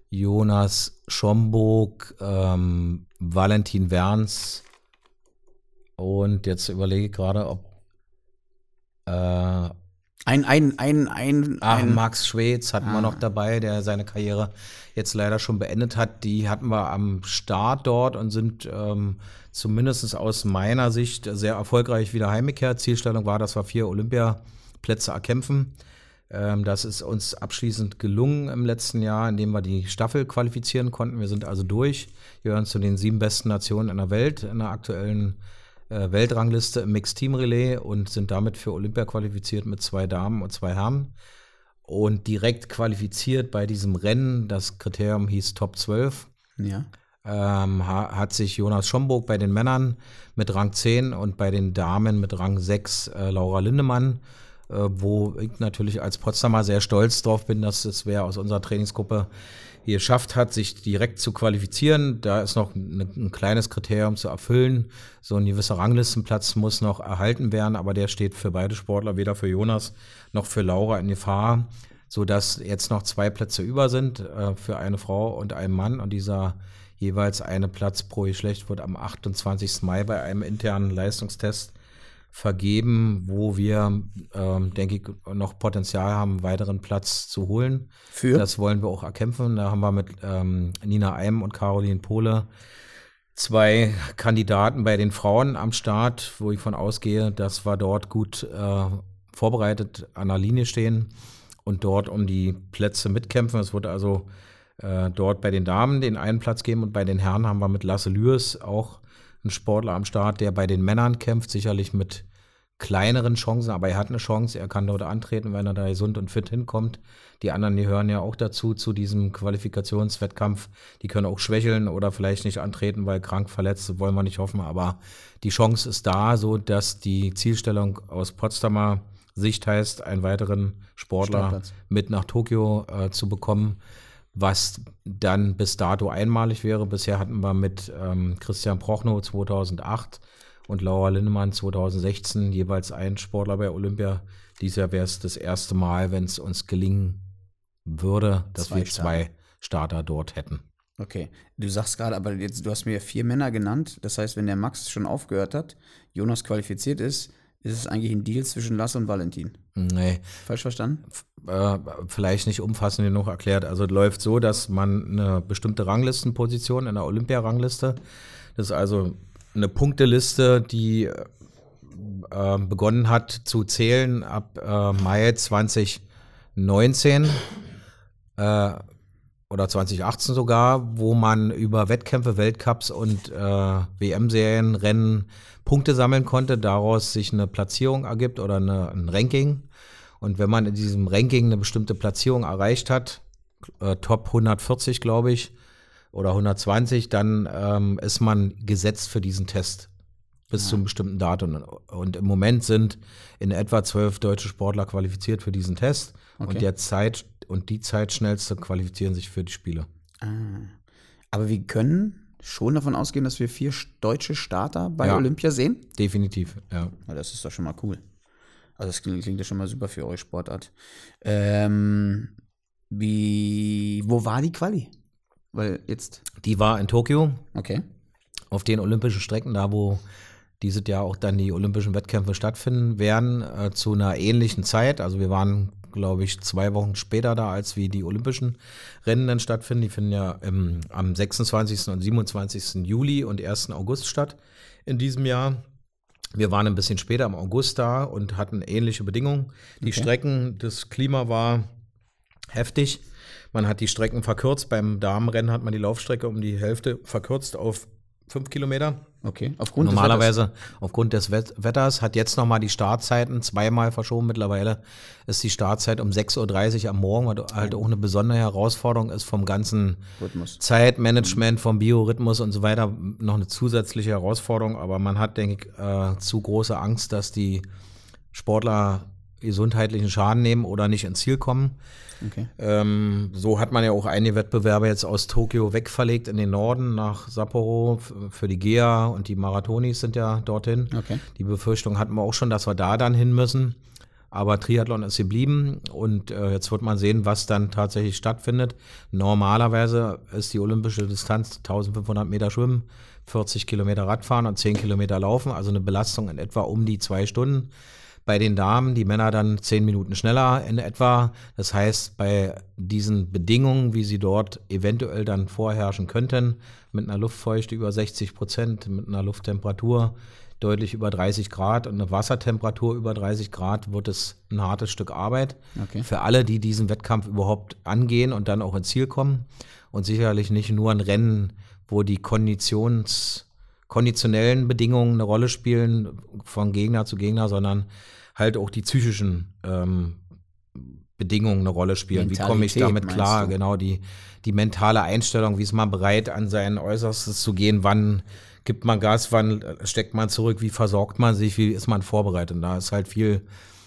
Jonas Schomburg, Valentin Werns und jetzt überlege ich gerade, ob Max Schwez hatten wir noch dabei, der seine Karriere jetzt leider schon beendet hat. Die hatten wir am Start dort und sind zumindest aus meiner Sicht sehr erfolgreich wieder heimgekehrt. Zielstellung war, dass wir 4 Olympiaplätze erkämpfen. Das ist uns abschließend gelungen im letzten Jahr, indem wir die Staffel qualifizieren konnten. Wir sind also durch. Wir gehören zu den 7 besten Nationen in der Welt in der aktuellen Weltrangliste im Mixed Team Relais und sind damit für Olympia qualifiziert mit 2 Damen und 2 Herren. Und direkt qualifiziert bei diesem Rennen, das Kriterium hieß Top 12, Ja. hat sich Jonas Schomburg bei den Männern mit Rang 10 und bei den Damen mit Rang 6 Laura Lindemann, wo ich natürlich als Potsdamer sehr stolz drauf bin, dass es wer aus unserer Trainingsgruppe hier geschafft hat, sich direkt zu qualifizieren. Da ist noch ein kleines Kriterium zu erfüllen. So ein gewisser Ranglistenplatz muss noch erhalten werden, aber der steht für beide Sportler, weder für Jonas noch für Laura in Gefahr, sodass jetzt noch 2 Plätze über sind für eine Frau und einen Mann. Und dieser jeweils eine Platz pro Geschlecht wird am 28. Mai bei einem internen Leistungstest vergeben, wo wir, denke ich, noch Potenzial haben, einen weiteren Platz zu holen. Das wollen wir auch erkämpfen. Da haben wir mit Nina Eim und Caroline Pohle 2 Kandidaten bei den Frauen am Start, wo ich von ausgehe, dass wir dort gut vorbereitet an der Linie stehen und dort um die Plätze mitkämpfen. Es wird also dort bei den Damen den einen Platz geben und bei den Herren haben wir mit Lasse Lührs auch ein Sportler am Start, der bei den Männern kämpft, sicherlich mit kleineren Chancen, aber er hat eine Chance, er kann dort antreten, wenn er da gesund und fit hinkommt. Die anderen, die hören ja auch dazu, zu diesem Qualifikationswettkampf, die können auch schwächeln oder vielleicht nicht antreten, weil krank, verletzt, wollen wir nicht hoffen, aber die Chance ist da, so dass die Zielstellung aus Potsdamer Sicht heißt, einen weiteren Sportler mit nach Tokio zu bekommen, was dann bis dato einmalig wäre. Bisher hatten wir mit Christian Prochnow 2008 und Laura Lindemann 2016 jeweils einen Sportler bei Olympia. Dieses Jahr wäre es das erste Mal, wenn es uns gelingen würde, dass wir 2 Starter dort hätten. Okay, du sagst gerade, aber jetzt, du hast mir 4 Männer genannt. Das heißt, wenn der Max schon aufgehört hat, Jonas qualifiziert ist es eigentlich ein Deal zwischen Lasse und Valentin? Nee. Falsch verstanden? Vielleicht nicht umfassend genug erklärt. Also es läuft so, dass man eine bestimmte Ranglistenposition in der Olympia-Rangliste, das ist also eine Punkteliste, die begonnen hat zu zählen ab Mai 2019 oder 2018 sogar, wo man über Wettkämpfe, Weltcups und WM-Serien, Rennen Punkte sammeln konnte, daraus sich eine Platzierung ergibt oder ein Ranking. Und wenn man in diesem Ranking eine bestimmte Platzierung erreicht hat, Top 140, glaube ich, oder 120, dann ist man gesetzt für diesen Test bis zu einem bestimmten Datum. Und im Moment sind in etwa 12 deutsche Sportler qualifiziert für diesen Test. Okay. Und die Zeitschnellste qualifizieren sich für die Spiele. Aber wir können schon davon ausgehen, dass wir 4 deutsche Starter bei Olympia sehen? Definitiv, ja. Das ist doch schon mal cool. Also das klingt ja schon mal super für eure Sportart. Wo war die Quali? Weil jetzt. Die war in Tokio. Okay. Auf den olympischen Strecken, da wo dieses Jahr auch dann die olympischen Wettkämpfe stattfinden werden, zu einer ähnlichen Zeit. Also wir waren, glaube ich, 2 Wochen später da, als wie die olympischen Rennen dann stattfinden. Die finden ja am 26. und 27. Juli und 1. August statt in diesem Jahr. Wir waren ein bisschen später im August da und hatten ähnliche Bedingungen. Die Strecken, das Klima war heftig. Man hat die Strecken verkürzt. Beim Damenrennen hat man die Laufstrecke um die Hälfte verkürzt auf 5 Kilometer. Okay. Aufgrund des Wetters hat jetzt nochmal die Startzeiten 2-mal verschoben. Mittlerweile ist die Startzeit um 6:30 Uhr am Morgen, was halt auch eine besondere Herausforderung ist vom ganzen Rhythmus. Zeitmanagement, vom Biorhythmus und so weiter. Noch eine zusätzliche Herausforderung, aber man hat, denke ich, zu große Angst, dass die Sportler gesundheitlichen Schaden nehmen oder nicht ins Ziel kommen. Okay. So hat man ja auch einige Wettbewerbe jetzt aus Tokio wegverlegt in den Norden nach Sapporo für die GEA und die Marathonis sind ja dorthin. Okay. Die Befürchtung hatten wir auch schon, dass wir da dann hin müssen. Aber Triathlon ist geblieben und jetzt wird man sehen, was dann tatsächlich stattfindet. Normalerweise ist die olympische Distanz 1500 Meter Schwimmen, 40 Kilometer Radfahren und 10 Kilometer Laufen, also eine Belastung in etwa um die 2 Stunden. Bei den Damen, die Männer dann 10 Minuten schneller in etwa. Das heißt, bei diesen Bedingungen, wie sie dort eventuell dann vorherrschen könnten, mit einer Luftfeuchte über 60%, mit einer Lufttemperatur deutlich über 30 Grad und eine Wassertemperatur über 30 Grad, wird es ein hartes Stück Arbeit. Okay. Für alle, die diesen Wettkampf überhaupt angehen und dann auch ins Ziel kommen. Und sicherlich nicht nur ein Rennen, wo die Konditionskomponente konditionellen Bedingungen eine Rolle spielen, von Gegner zu Gegner, sondern halt auch die psychischen Bedingungen eine Rolle spielen. Wie komme ich damit klar? Genau, die mentale Einstellung, wie ist man bereit, an sein Äußerstes zu gehen, wann gibt man Gas, wann steckt man zurück, wie versorgt man sich, wie ist man vorbereitet. Und da ist halt viel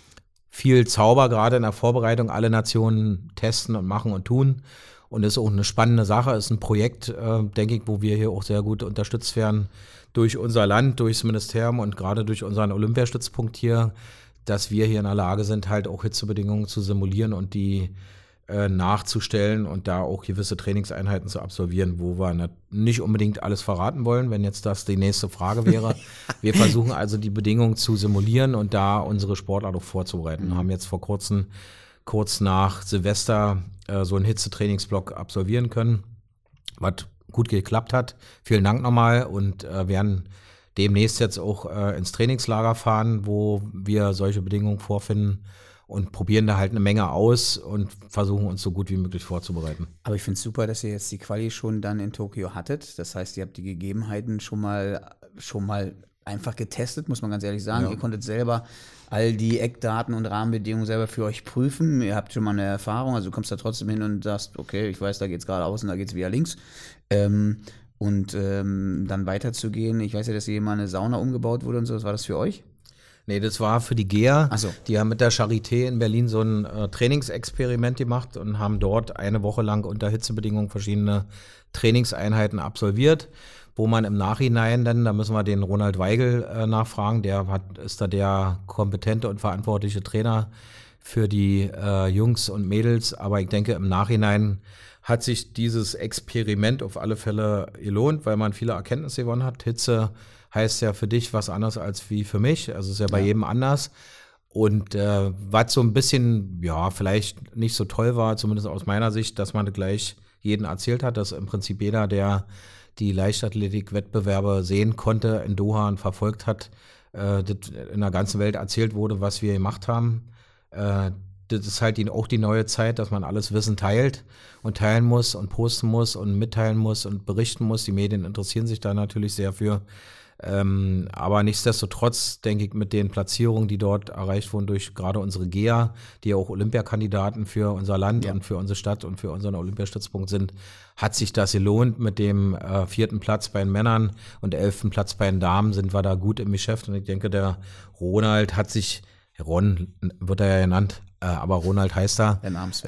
Zauber, gerade in der Vorbereitung, alle Nationen testen und machen und tun. Und ist auch eine spannende Sache, ist ein Projekt, denke ich, wo wir hier auch sehr gut unterstützt werden durch unser Land, durch das Ministerium und gerade durch unseren Olympiastützpunkt hier, dass wir hier in der Lage sind, halt auch Hitzebedingungen zu simulieren und die nachzustellen und da auch gewisse Trainingseinheiten zu absolvieren, wo wir nicht unbedingt alles verraten wollen, wenn jetzt das die nächste Frage wäre. Wir versuchen also die Bedingungen zu simulieren und da unsere Sportler auch vorzubereiten. Wir haben jetzt vor kurzem, kurz nach Silvester, so einen Hitzetrainingsblock absolvieren können, was gut geklappt hat. Vielen Dank nochmal und werden demnächst jetzt auch ins Trainingslager fahren, wo wir solche Bedingungen vorfinden und probieren da halt eine Menge aus und versuchen uns so gut wie möglich vorzubereiten. Aber ich finde es super, dass ihr jetzt die Quali schon dann in Tokio hattet. Das heißt, ihr habt die Gegebenheiten schon mal einfach getestet, muss man ganz ehrlich sagen. Ja. Ihr konntet selber all die Eckdaten und Rahmenbedingungen selber für euch prüfen. Ihr habt schon mal eine Erfahrung, also du kommst da trotzdem hin und sagst, okay, ich weiß, da geht's geradeaus und da geht's wieder links. Dann weiterzugehen. Ich weiß ja, dass hier mal eine Sauna umgebaut wurde und so. Was war das für euch? Nee, das war für die GEA. Ach so. Die haben mit der Charité in Berlin so ein Trainingsexperiment gemacht und haben dort eine Woche lang unter Hitzebedingungen verschiedene Trainingseinheiten absolviert, wo man im Nachhinein dann, da müssen wir den Ronald Weigel nachfragen, ist da der kompetente und verantwortliche Trainer für die Jungs und Mädels, aber ich denke, im Nachhinein hat sich dieses Experiment auf alle Fälle gelohnt, weil man viele Erkenntnisse gewonnen hat. Hitze heißt ja für dich was anderes als wie für mich, also ist ja bei jedem anders. Und was so ein bisschen, ja, vielleicht nicht so toll war, zumindest aus meiner Sicht, dass man gleich jeden erzählt hat, dass im Prinzip jeder, der die Leichtathletik-Wettbewerbe sehen konnte in Doha und verfolgt hat, das in der ganzen Welt erzählt wurde, was wir gemacht haben. Das ist halt auch die neue Zeit, dass man alles Wissen teilt und teilen muss und posten muss und mitteilen muss und berichten muss. Die Medien interessieren sich da natürlich sehr für. Aber nichtsdestotrotz denke ich, mit den Platzierungen, die dort erreicht wurden durch gerade unsere GEA, die ja auch Olympiakandidaten für unser Land und für unsere Stadt und für unseren Olympiastützpunkt sind, hat sich das gelohnt. Mit dem 4. Platz bei den Männern und 11. Platz bei den Damen sind wir da gut im Geschäft. Und ich denke, der Ronald hat sich, Ron wird er ja genannt, aber Ronald heißt er,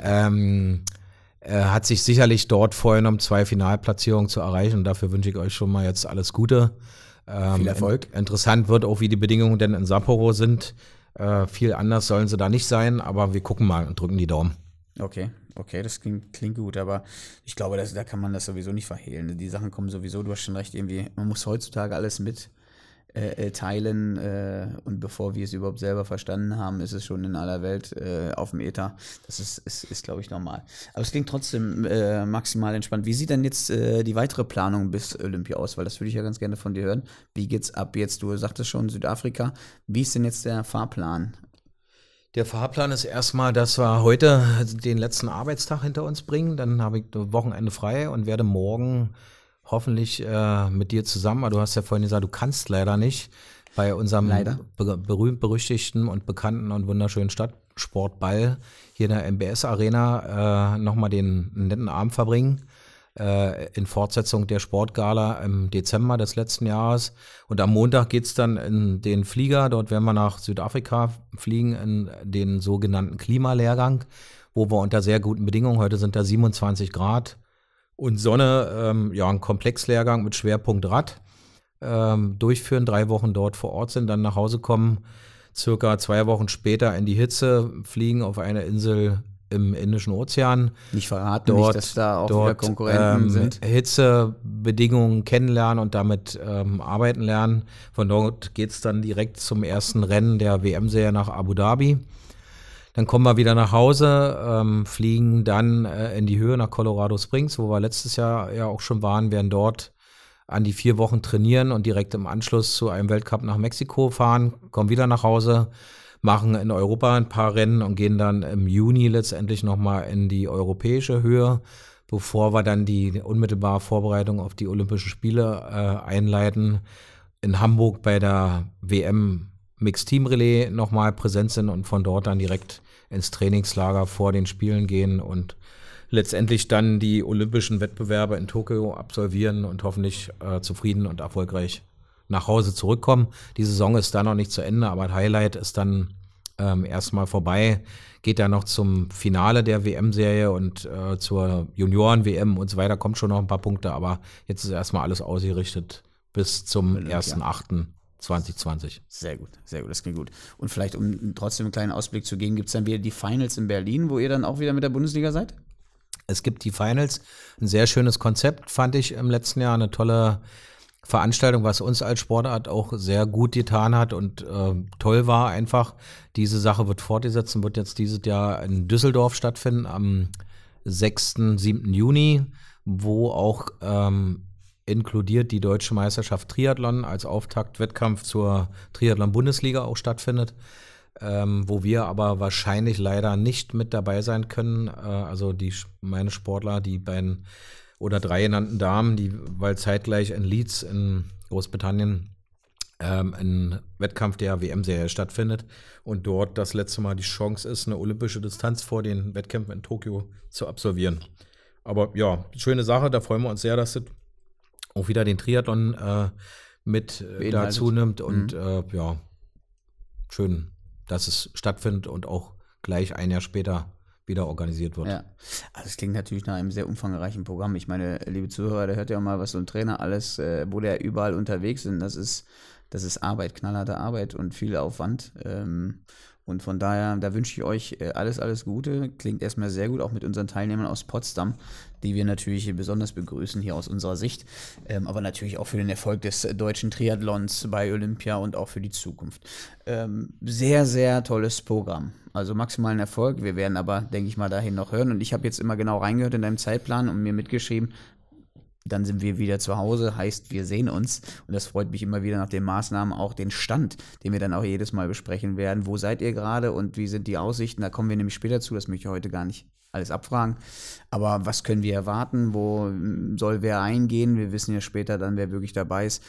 hat sich sicherlich dort vorgenommen, 2 Finalplatzierungen zu erreichen. Und dafür wünsche ich euch schon mal jetzt alles Gute. Viel Erfolg. Interessant wird auch, wie die Bedingungen denn in Sapporo sind. Viel anders sollen sie da nicht sein, aber wir gucken mal und drücken die Daumen. Okay, das klingt gut, aber ich glaube, da kann man das sowieso nicht verhehlen. Die Sachen kommen sowieso, du hast schon recht, irgendwie, man muss heutzutage alles teilen und bevor wir es überhaupt selber verstanden haben, ist es schon in aller Welt auf dem Äther. Das ist glaube ich, normal. Aber es klingt trotzdem maximal entspannt. Wie sieht denn jetzt die weitere Planung bis Olympia aus? Weil das würde ich ja ganz gerne von dir hören. Wie geht's ab jetzt? Du sagtest schon Südafrika. Wie ist denn jetzt der Fahrplan? Der Fahrplan ist erstmal, dass wir heute den letzten Arbeitstag hinter uns bringen. Dann habe ich das Wochenende frei und werde morgen hoffentlich mit dir zusammen, aber du hast ja vorhin gesagt, du kannst leider nicht, bei unserem berühmt-berüchtigten und bekannten und wunderschönen Stadtsportball hier in der MBS-Arena nochmal den netten Abend verbringen, in Fortsetzung der Sportgala im Dezember des letzten Jahres. Und am Montag geht's dann in den Flieger, dort werden wir nach Südafrika fliegen, in den sogenannten Klimalehrgang, wo wir unter sehr guten Bedingungen, heute sind da 27 Grad, und Sonne, ein Komplexlehrgang mit Schwerpunkt Rad durchführen, 3 Wochen dort vor Ort sind, dann nach Hause kommen, circa 2 Wochen später in die Hitze fliegen auf eine Insel im Indischen Ozean. Nicht verraten, nicht, dass da auch wieder Konkurrenten sind. Hitzebedingungen kennenlernen und damit arbeiten lernen. Von dort geht's dann direkt zum ersten Rennen der WM-Serie nach Abu Dhabi. Dann kommen wir wieder nach Hause, fliegen dann in die Höhe nach Colorado Springs, wo wir letztes Jahr ja auch schon waren, werden dort an die 4 Wochen trainieren und direkt im Anschluss zu einem Weltcup nach Mexiko fahren, kommen wieder nach Hause, machen in Europa ein paar Rennen und gehen dann im Juni letztendlich nochmal in die europäische Höhe, bevor wir dann die unmittelbare Vorbereitung auf die Olympischen Spiele einleiten, in Hamburg bei der WM Mixed Team Relais nochmal präsent sind und von dort dann direkt ins Trainingslager vor den Spielen gehen und letztendlich dann die olympischen Wettbewerbe in Tokio absolvieren und hoffentlich zufrieden und erfolgreich nach Hause zurückkommen. Die Saison ist da noch nicht zu Ende, aber das Highlight ist dann erstmal vorbei. Geht dann noch zum Finale der WM-Serie und zur Junioren-WM und so weiter, kommt schon noch ein paar Punkte, aber jetzt ist erstmal alles ausgerichtet bis zum 1.8.2020. Sehr gut, das klingt gut. Und vielleicht, um trotzdem einen kleinen Ausblick zu geben, gibt es dann wieder die Finals in Berlin, wo ihr dann auch wieder mit der Bundesliga seid? Es gibt die Finals, ein sehr schönes Konzept, fand ich im letzten Jahr, eine tolle Veranstaltung, was uns als Sportart auch sehr gut getan hat und toll war einfach. Diese Sache wird fortgesetzt und wird jetzt dieses Jahr in Düsseldorf stattfinden am 6., 7. Juni, wo auch inkludiert die Deutsche Meisterschaft Triathlon als Auftaktwettkampf zur Triathlon-Bundesliga auch stattfindet, wo wir aber wahrscheinlich leider nicht mit dabei sein können. Also meine Sportler, die beiden oder 3 genannten Damen, weil zeitgleich in Leeds in Großbritannien ein Wettkampf der WM-Serie stattfindet und dort das letzte Mal die Chance ist, eine olympische Distanz vor den Wettkämpfen in Tokio zu absolvieren. Aber ja, schöne Sache, da freuen wir uns sehr, dass das auch wieder den Triathlon mit dazu nimmt und ja, schön, dass es stattfindet und auch gleich ein Jahr später wieder organisiert wird. Ja, also es klingt natürlich nach einem sehr umfangreichen Programm. Ich meine, liebe Zuhörer, der hört ja auch mal, was so ein Trainer alles, wo der überall unterwegs ist. Das ist Arbeit, knallharte Arbeit und viel Aufwand. Und von daher, da wünsche ich euch alles Gute. Klingt erstmal sehr gut, auch mit unseren Teilnehmern aus Potsdam, die wir natürlich besonders begrüßen hier aus unserer Sicht. Aber natürlich auch für den Erfolg des deutschen Triathlons bei Olympia und auch für die Zukunft. Sehr, sehr tolles Programm. Also maximalen Erfolg. Wir werden aber, denke ich mal, dahin noch hören. Und ich habe jetzt immer genau reingehört in deinem Zeitplan und mir mitgeschrieben, dann sind wir wieder zu Hause, heißt, wir sehen uns. Und das freut mich immer wieder nach den Maßnahmen, auch den Stand, den wir dann auch jedes Mal besprechen werden. Wo seid ihr gerade und wie sind die Aussichten? Da kommen wir nämlich später zu, das möchte ich heute gar nicht alles abfragen. Aber was können wir erwarten? Wo soll wer eingehen? Wir wissen ja später dann, wer wirklich dabei ist.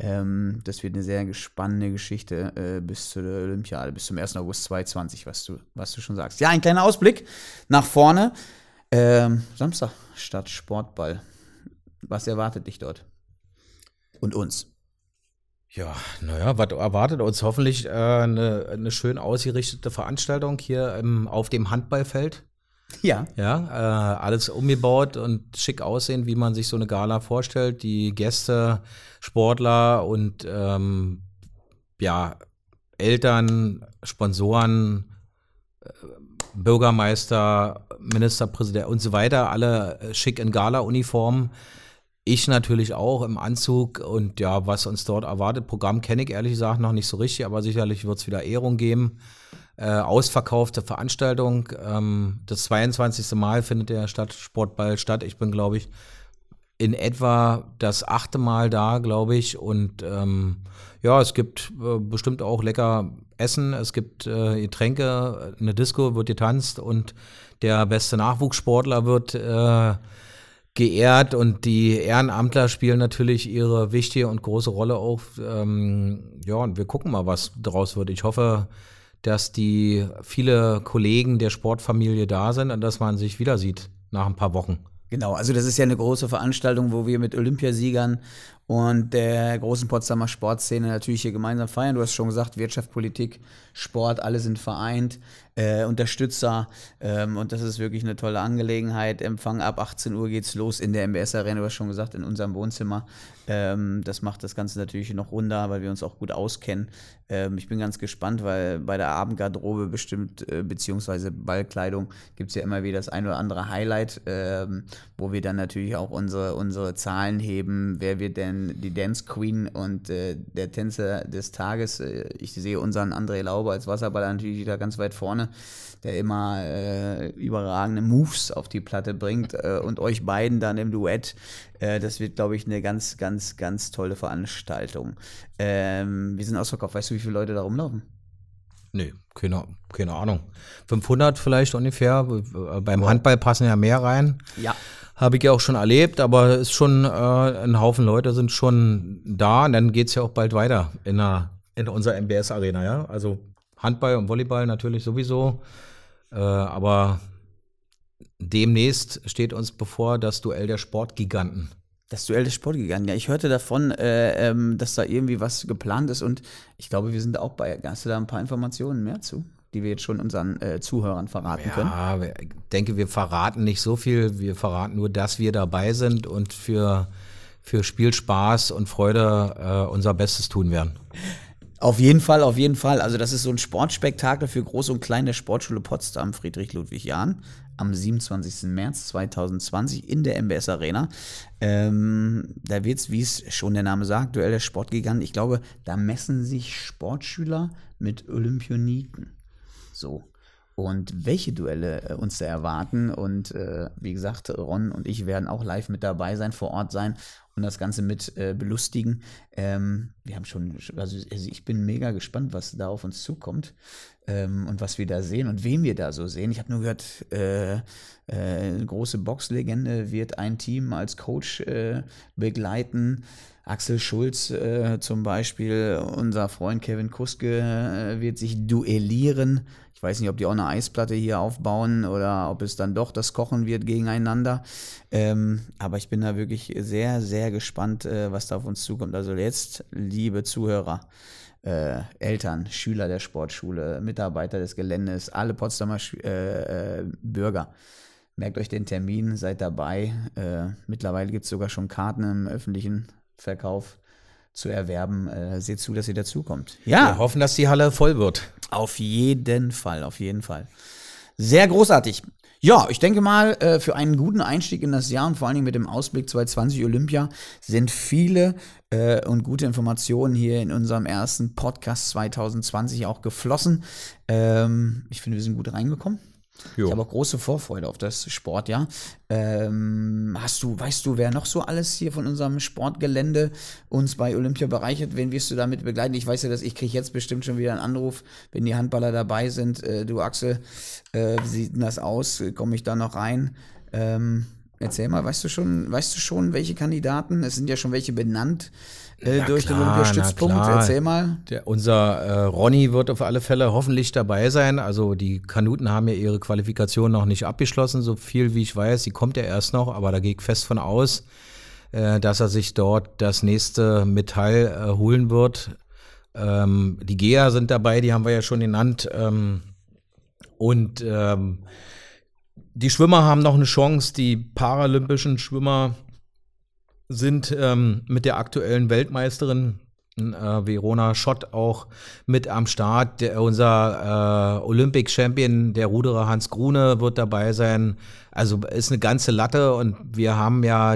Das wird eine sehr spannende Geschichte bis zur Olympiade, bis zum 1. August 2020, was du schon sagst. Ja, ein kleiner Ausblick nach vorne. Samstag statt Sportball. Was erwartet dich dort? Und uns? Ja, naja, was erwartet uns? Hoffentlich eine schön ausgerichtete Veranstaltung hier auf dem Handballfeld. Ja. Ja, alles umgebaut und schick aussehen, wie man sich so eine Gala vorstellt. Die Gäste, Sportler und ja, Eltern, Sponsoren, Bürgermeister, Ministerpräsident und so weiter, alle schick in Gala-Uniformen. Ich natürlich auch im Anzug und ja, was uns dort erwartet, Programm kenne ich ehrlich gesagt noch nicht so richtig, aber sicherlich wird es wieder Ehrung geben. Ausverkaufte Veranstaltung. Das 22. Mal findet der Stadtsportball statt. Ich bin, glaube ich, in etwa das 8. Mal da, glaube ich. Und ja, es gibt bestimmt auch lecker Essen, es gibt Getränke, eine Disco wird getanzt und der beste Nachwuchssportler wird geehrt und die Ehrenamtler spielen natürlich ihre wichtige und große Rolle auch. Ja, und wir gucken mal, was daraus wird. Ich hoffe, dass die viele Kollegen der Sportfamilie da sind und dass man sich wieder sieht nach ein paar Wochen. Genau, also das ist ja eine große Veranstaltung, wo wir mit Olympiasiegern und der großen Potsdamer Sportszene natürlich hier gemeinsam feiern. Du hast schon gesagt, Wirtschaft, Politik, Sport, alle sind vereint, Unterstützer und das ist wirklich eine tolle Angelegenheit. Empfang ab 18 Uhr geht's los in der MBS Arena, du hast schon gesagt, in unserem Wohnzimmer. Das macht das Ganze natürlich noch runder, weil wir uns auch gut auskennen. Ich bin ganz gespannt, weil bei der Abendgarderobe bestimmt, beziehungsweise Ballkleidung, gibt es ja immer wieder das ein oder andere Highlight, wo wir dann natürlich auch unsere Zahlen heben, wer wird denn die Dance Queen und der Tänzer des Tages. Ich sehe unseren André Lauber als Wasserballer natürlich wieder ganz weit vorne, der immer überragende Moves auf die Platte bringt und euch beiden dann im Duett. Das wird, glaube ich, eine ganz, ganz, ganz tolle Veranstaltung. Wir sind ausverkauft. Weißt du, wie viele Leute da rumlaufen? Nee, keine Ahnung. 500 vielleicht ungefähr. Beim Handball passen ja mehr rein. Ja. Habe ich ja auch schon erlebt, aber ist schon ein Haufen Leute sind schon da. Und dann geht's ja auch bald weiter in unserer MBS-Arena, ja. Also Handball und Volleyball natürlich sowieso. Aber demnächst steht uns bevor das Duell der Sportgiganten. Das Duell der Sportgiganten. Ja, ich hörte davon, dass da irgendwie was geplant ist und ich glaube, wir sind auch bei. Hast du da ein paar Informationen mehr zu, die wir jetzt schon unseren Zuhörern verraten können? Ja, ich denke, wir verraten nicht so viel. Wir verraten nur, dass wir dabei sind und für Spielspaß und Freude unser Bestes tun werden. Auf jeden Fall, auf jeden Fall. Also das ist so ein Sportspektakel für Groß und Klein der Sportschule Potsdam, Friedrich-Ludwig-Jahn, am 27. März 2020 in der MBS Arena. Da wird's, wie es schon der Name sagt, Duell der Sportgiganten. Ich glaube, da messen sich Sportschüler mit Olympioniken. So. Und welche Duelle uns da erwarten und wie gesagt, Ron und ich werden auch live mit dabei sein, vor Ort sein und das Ganze mit belustigen. Wir haben schon, also ich bin mega gespannt, was da auf uns zukommt und was wir da sehen und wen wir da so sehen. Ich habe nur gehört, eine große Boxlegende wird ein Team als Coach begleiten. Axel Schulz zum Beispiel, unser Freund Kevin Kuske wird sich duellieren. Ich weiß nicht, ob die auch eine Eisplatte hier aufbauen oder ob es dann doch das Kochen wird gegeneinander. Aber ich bin da wirklich sehr, sehr gespannt, was da auf uns zukommt. Also jetzt, liebe Zuhörer, Eltern, Schüler der Sportschule, Mitarbeiter des Geländes, alle Potsdamer Bürger, merkt euch den Termin, seid dabei. Mittlerweile gibt es sogar schon Karten im öffentlichen Verkauf zu erwerben. Seht zu, dass ihr dazukommt. Ja. Wir hoffen, dass die Halle voll wird. Auf jeden Fall, auf jeden Fall. Sehr großartig. Ja, ich denke mal, für einen guten Einstieg in das Jahr und vor allen Dingen mit dem Ausblick 2020 Olympia sind viele und gute Informationen hier in unserem ersten Podcast 2020 auch geflossen. Ich finde, wir sind gut reingekommen. Jo. Ich habe auch große Vorfreude auf das Sportjahr. Weißt du, wer noch so alles hier von unserem Sportgelände uns bei Olympia bereichert? Wen wirst du damit begleiten? Ich weiß ja, dass ich kriege jetzt bestimmt schon wieder einen Anruf, wenn die Handballer dabei sind. Du Axel, wie sieht denn das aus? Komme ich da noch rein? Erzähl mal, weißt du schon, welche Kandidaten? Es sind ja schon welche benannt. Durch den Olympiastützpunkt, erzähl mal. Unser Ronny wird auf alle Fälle hoffentlich dabei sein. Also die Kanuten haben ja ihre Qualifikation noch nicht abgeschlossen, so viel wie ich weiß. Die kommt ja erst noch, aber da gehe ich fest von aus, dass er sich dort das nächste Metall holen wird. Die Geher sind dabei, die haben wir ja schon genannt. Und die Schwimmer haben noch eine Chance, die paralympischen Schwimmer sind mit der aktuellen Weltmeisterin Verona Schott auch mit am Start. Unser Olympic Champion, der Ruderer Hans Grune, wird dabei sein. Also ist eine ganze Latte und wir haben ja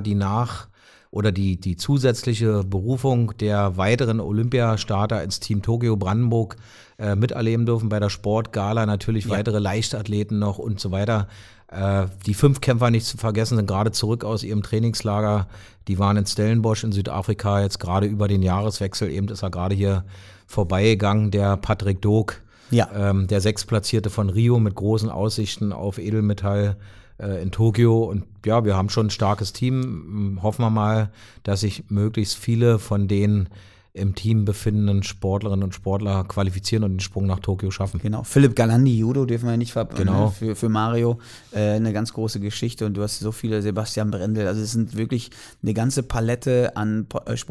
die zusätzliche Berufung der weiteren Olympiastarter ins Team Tokio Brandenburg miterleben dürfen bei der Sportgala. Natürlich weitere Leichtathleten noch und so weiter. Die 5 Kämpfer nicht zu vergessen sind gerade zurück aus ihrem Trainingslager. Die waren in Stellenbosch in Südafrika jetzt gerade über den Jahreswechsel. Eben ist er gerade hier vorbeigegangen, der Patrick Doog, der 6. von Rio mit großen Aussichten auf Edelmetall in Tokio. Und ja, wir haben schon ein starkes Team. Hoffen wir mal, dass sich möglichst viele von den im Team befindenden Sportlerinnen und Sportler qualifizieren und den Sprung nach Tokio schaffen. Genau. Philipp Galandi, Judo, dürfen wir nicht genau. Für Mario eine ganz große Geschichte und du hast so viele, Sebastian Brendel, also es sind wirklich eine ganze Palette an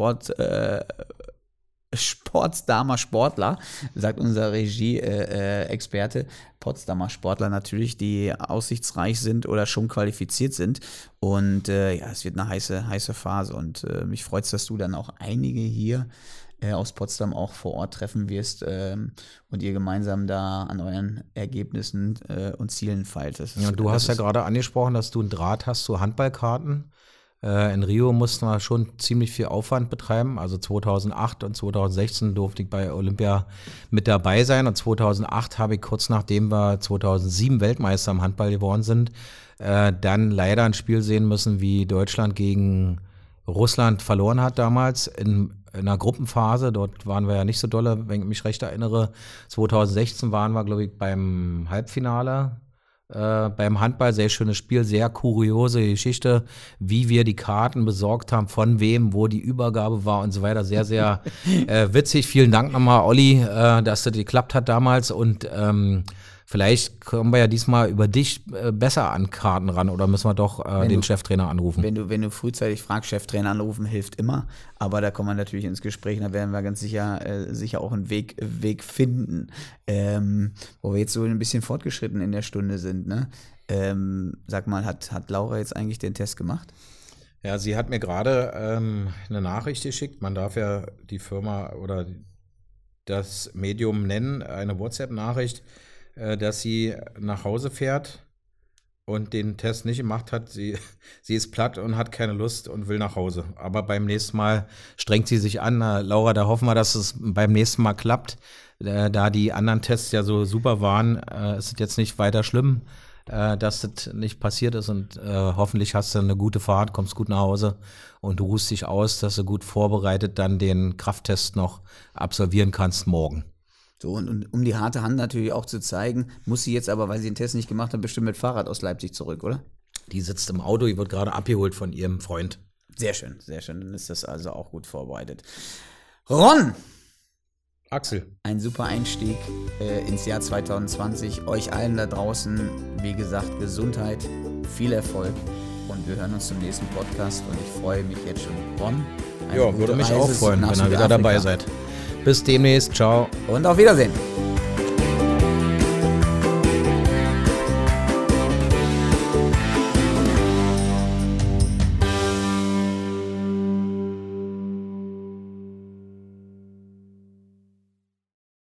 Potsdamer Sportler, sagt unser Regie-Experte. Potsdamer Sportler natürlich, die aussichtsreich sind oder schon qualifiziert sind. Und es wird eine heiße Phase. Und mich freut es, dass du dann auch einige hier aus Potsdam auch vor Ort treffen wirst und ihr gemeinsam da an euren Ergebnissen und Zielen feilt. Ja, du hast ja gerade angesprochen, dass du einen Draht hast zu Handballkarten. In Rio mussten wir schon ziemlich viel Aufwand betreiben. Also 2008 und 2016 durfte ich bei Olympia mit dabei sein. Und 2008 habe ich kurz nachdem wir 2007 Weltmeister im Handball geworden sind, dann leider ein Spiel sehen müssen, wie Deutschland gegen Russland verloren hat damals in in der Gruppenphase. Dort waren wir ja nicht so dolle, wenn ich mich recht erinnere. 2016 waren wir, glaube ich, beim Halbfinale. Beim Handball, sehr schönes Spiel, sehr kuriose Geschichte, wie wir die Karten besorgt haben, von wem, wo die Übergabe war und so weiter. Sehr, sehr witzig. Vielen Dank nochmal, Olli, dass das geklappt hat damals und vielleicht kommen wir ja diesmal über dich besser an Karten ran oder müssen wir doch den Cheftrainer anrufen? Wenn du frühzeitig fragst, Cheftrainer anrufen, hilft immer. Aber da kommen wir natürlich ins Gespräch, da werden wir ganz sicher auch einen Weg finden. Wo wir jetzt so ein bisschen fortgeschritten in der Stunde sind, ne? Sag mal, hat Laura jetzt eigentlich den Test gemacht? Ja, sie hat mir gerade eine Nachricht geschickt. Man darf ja die Firma oder das Medium nennen, eine WhatsApp-Nachricht, dass sie nach Hause fährt und den Test nicht gemacht hat. Sie ist platt und hat keine Lust und will nach Hause. Aber beim nächsten Mal strengt sie sich an. Laura, da hoffen wir, dass es beim nächsten Mal klappt. Da die anderen Tests ja so super waren, ist es jetzt nicht weiter schlimm, dass das nicht passiert ist. Und hoffentlich hast du eine gute Fahrt, kommst gut nach Hause und du ruhst dich aus, dass du gut vorbereitet dann den Krafttest noch absolvieren kannst morgen. So, und um die harte Hand natürlich auch zu zeigen, muss sie jetzt aber, weil sie den Test nicht gemacht hat, bestimmt mit Fahrrad aus Leipzig zurück, oder? Die sitzt im Auto, die wird gerade abgeholt von ihrem Freund. Sehr schön, sehr schön. Dann ist das also auch gut vorbereitet. Ron! Axel. Ein super Einstieg ins Jahr 2020. Euch allen da draußen, wie gesagt, Gesundheit, viel Erfolg und wir hören uns zum nächsten Podcast und ich freue mich jetzt schon. Ron, ja, würde mich auch freuen, wenn ihr wieder dabei seid. Bis demnächst, ciao. Und auf Wiedersehen.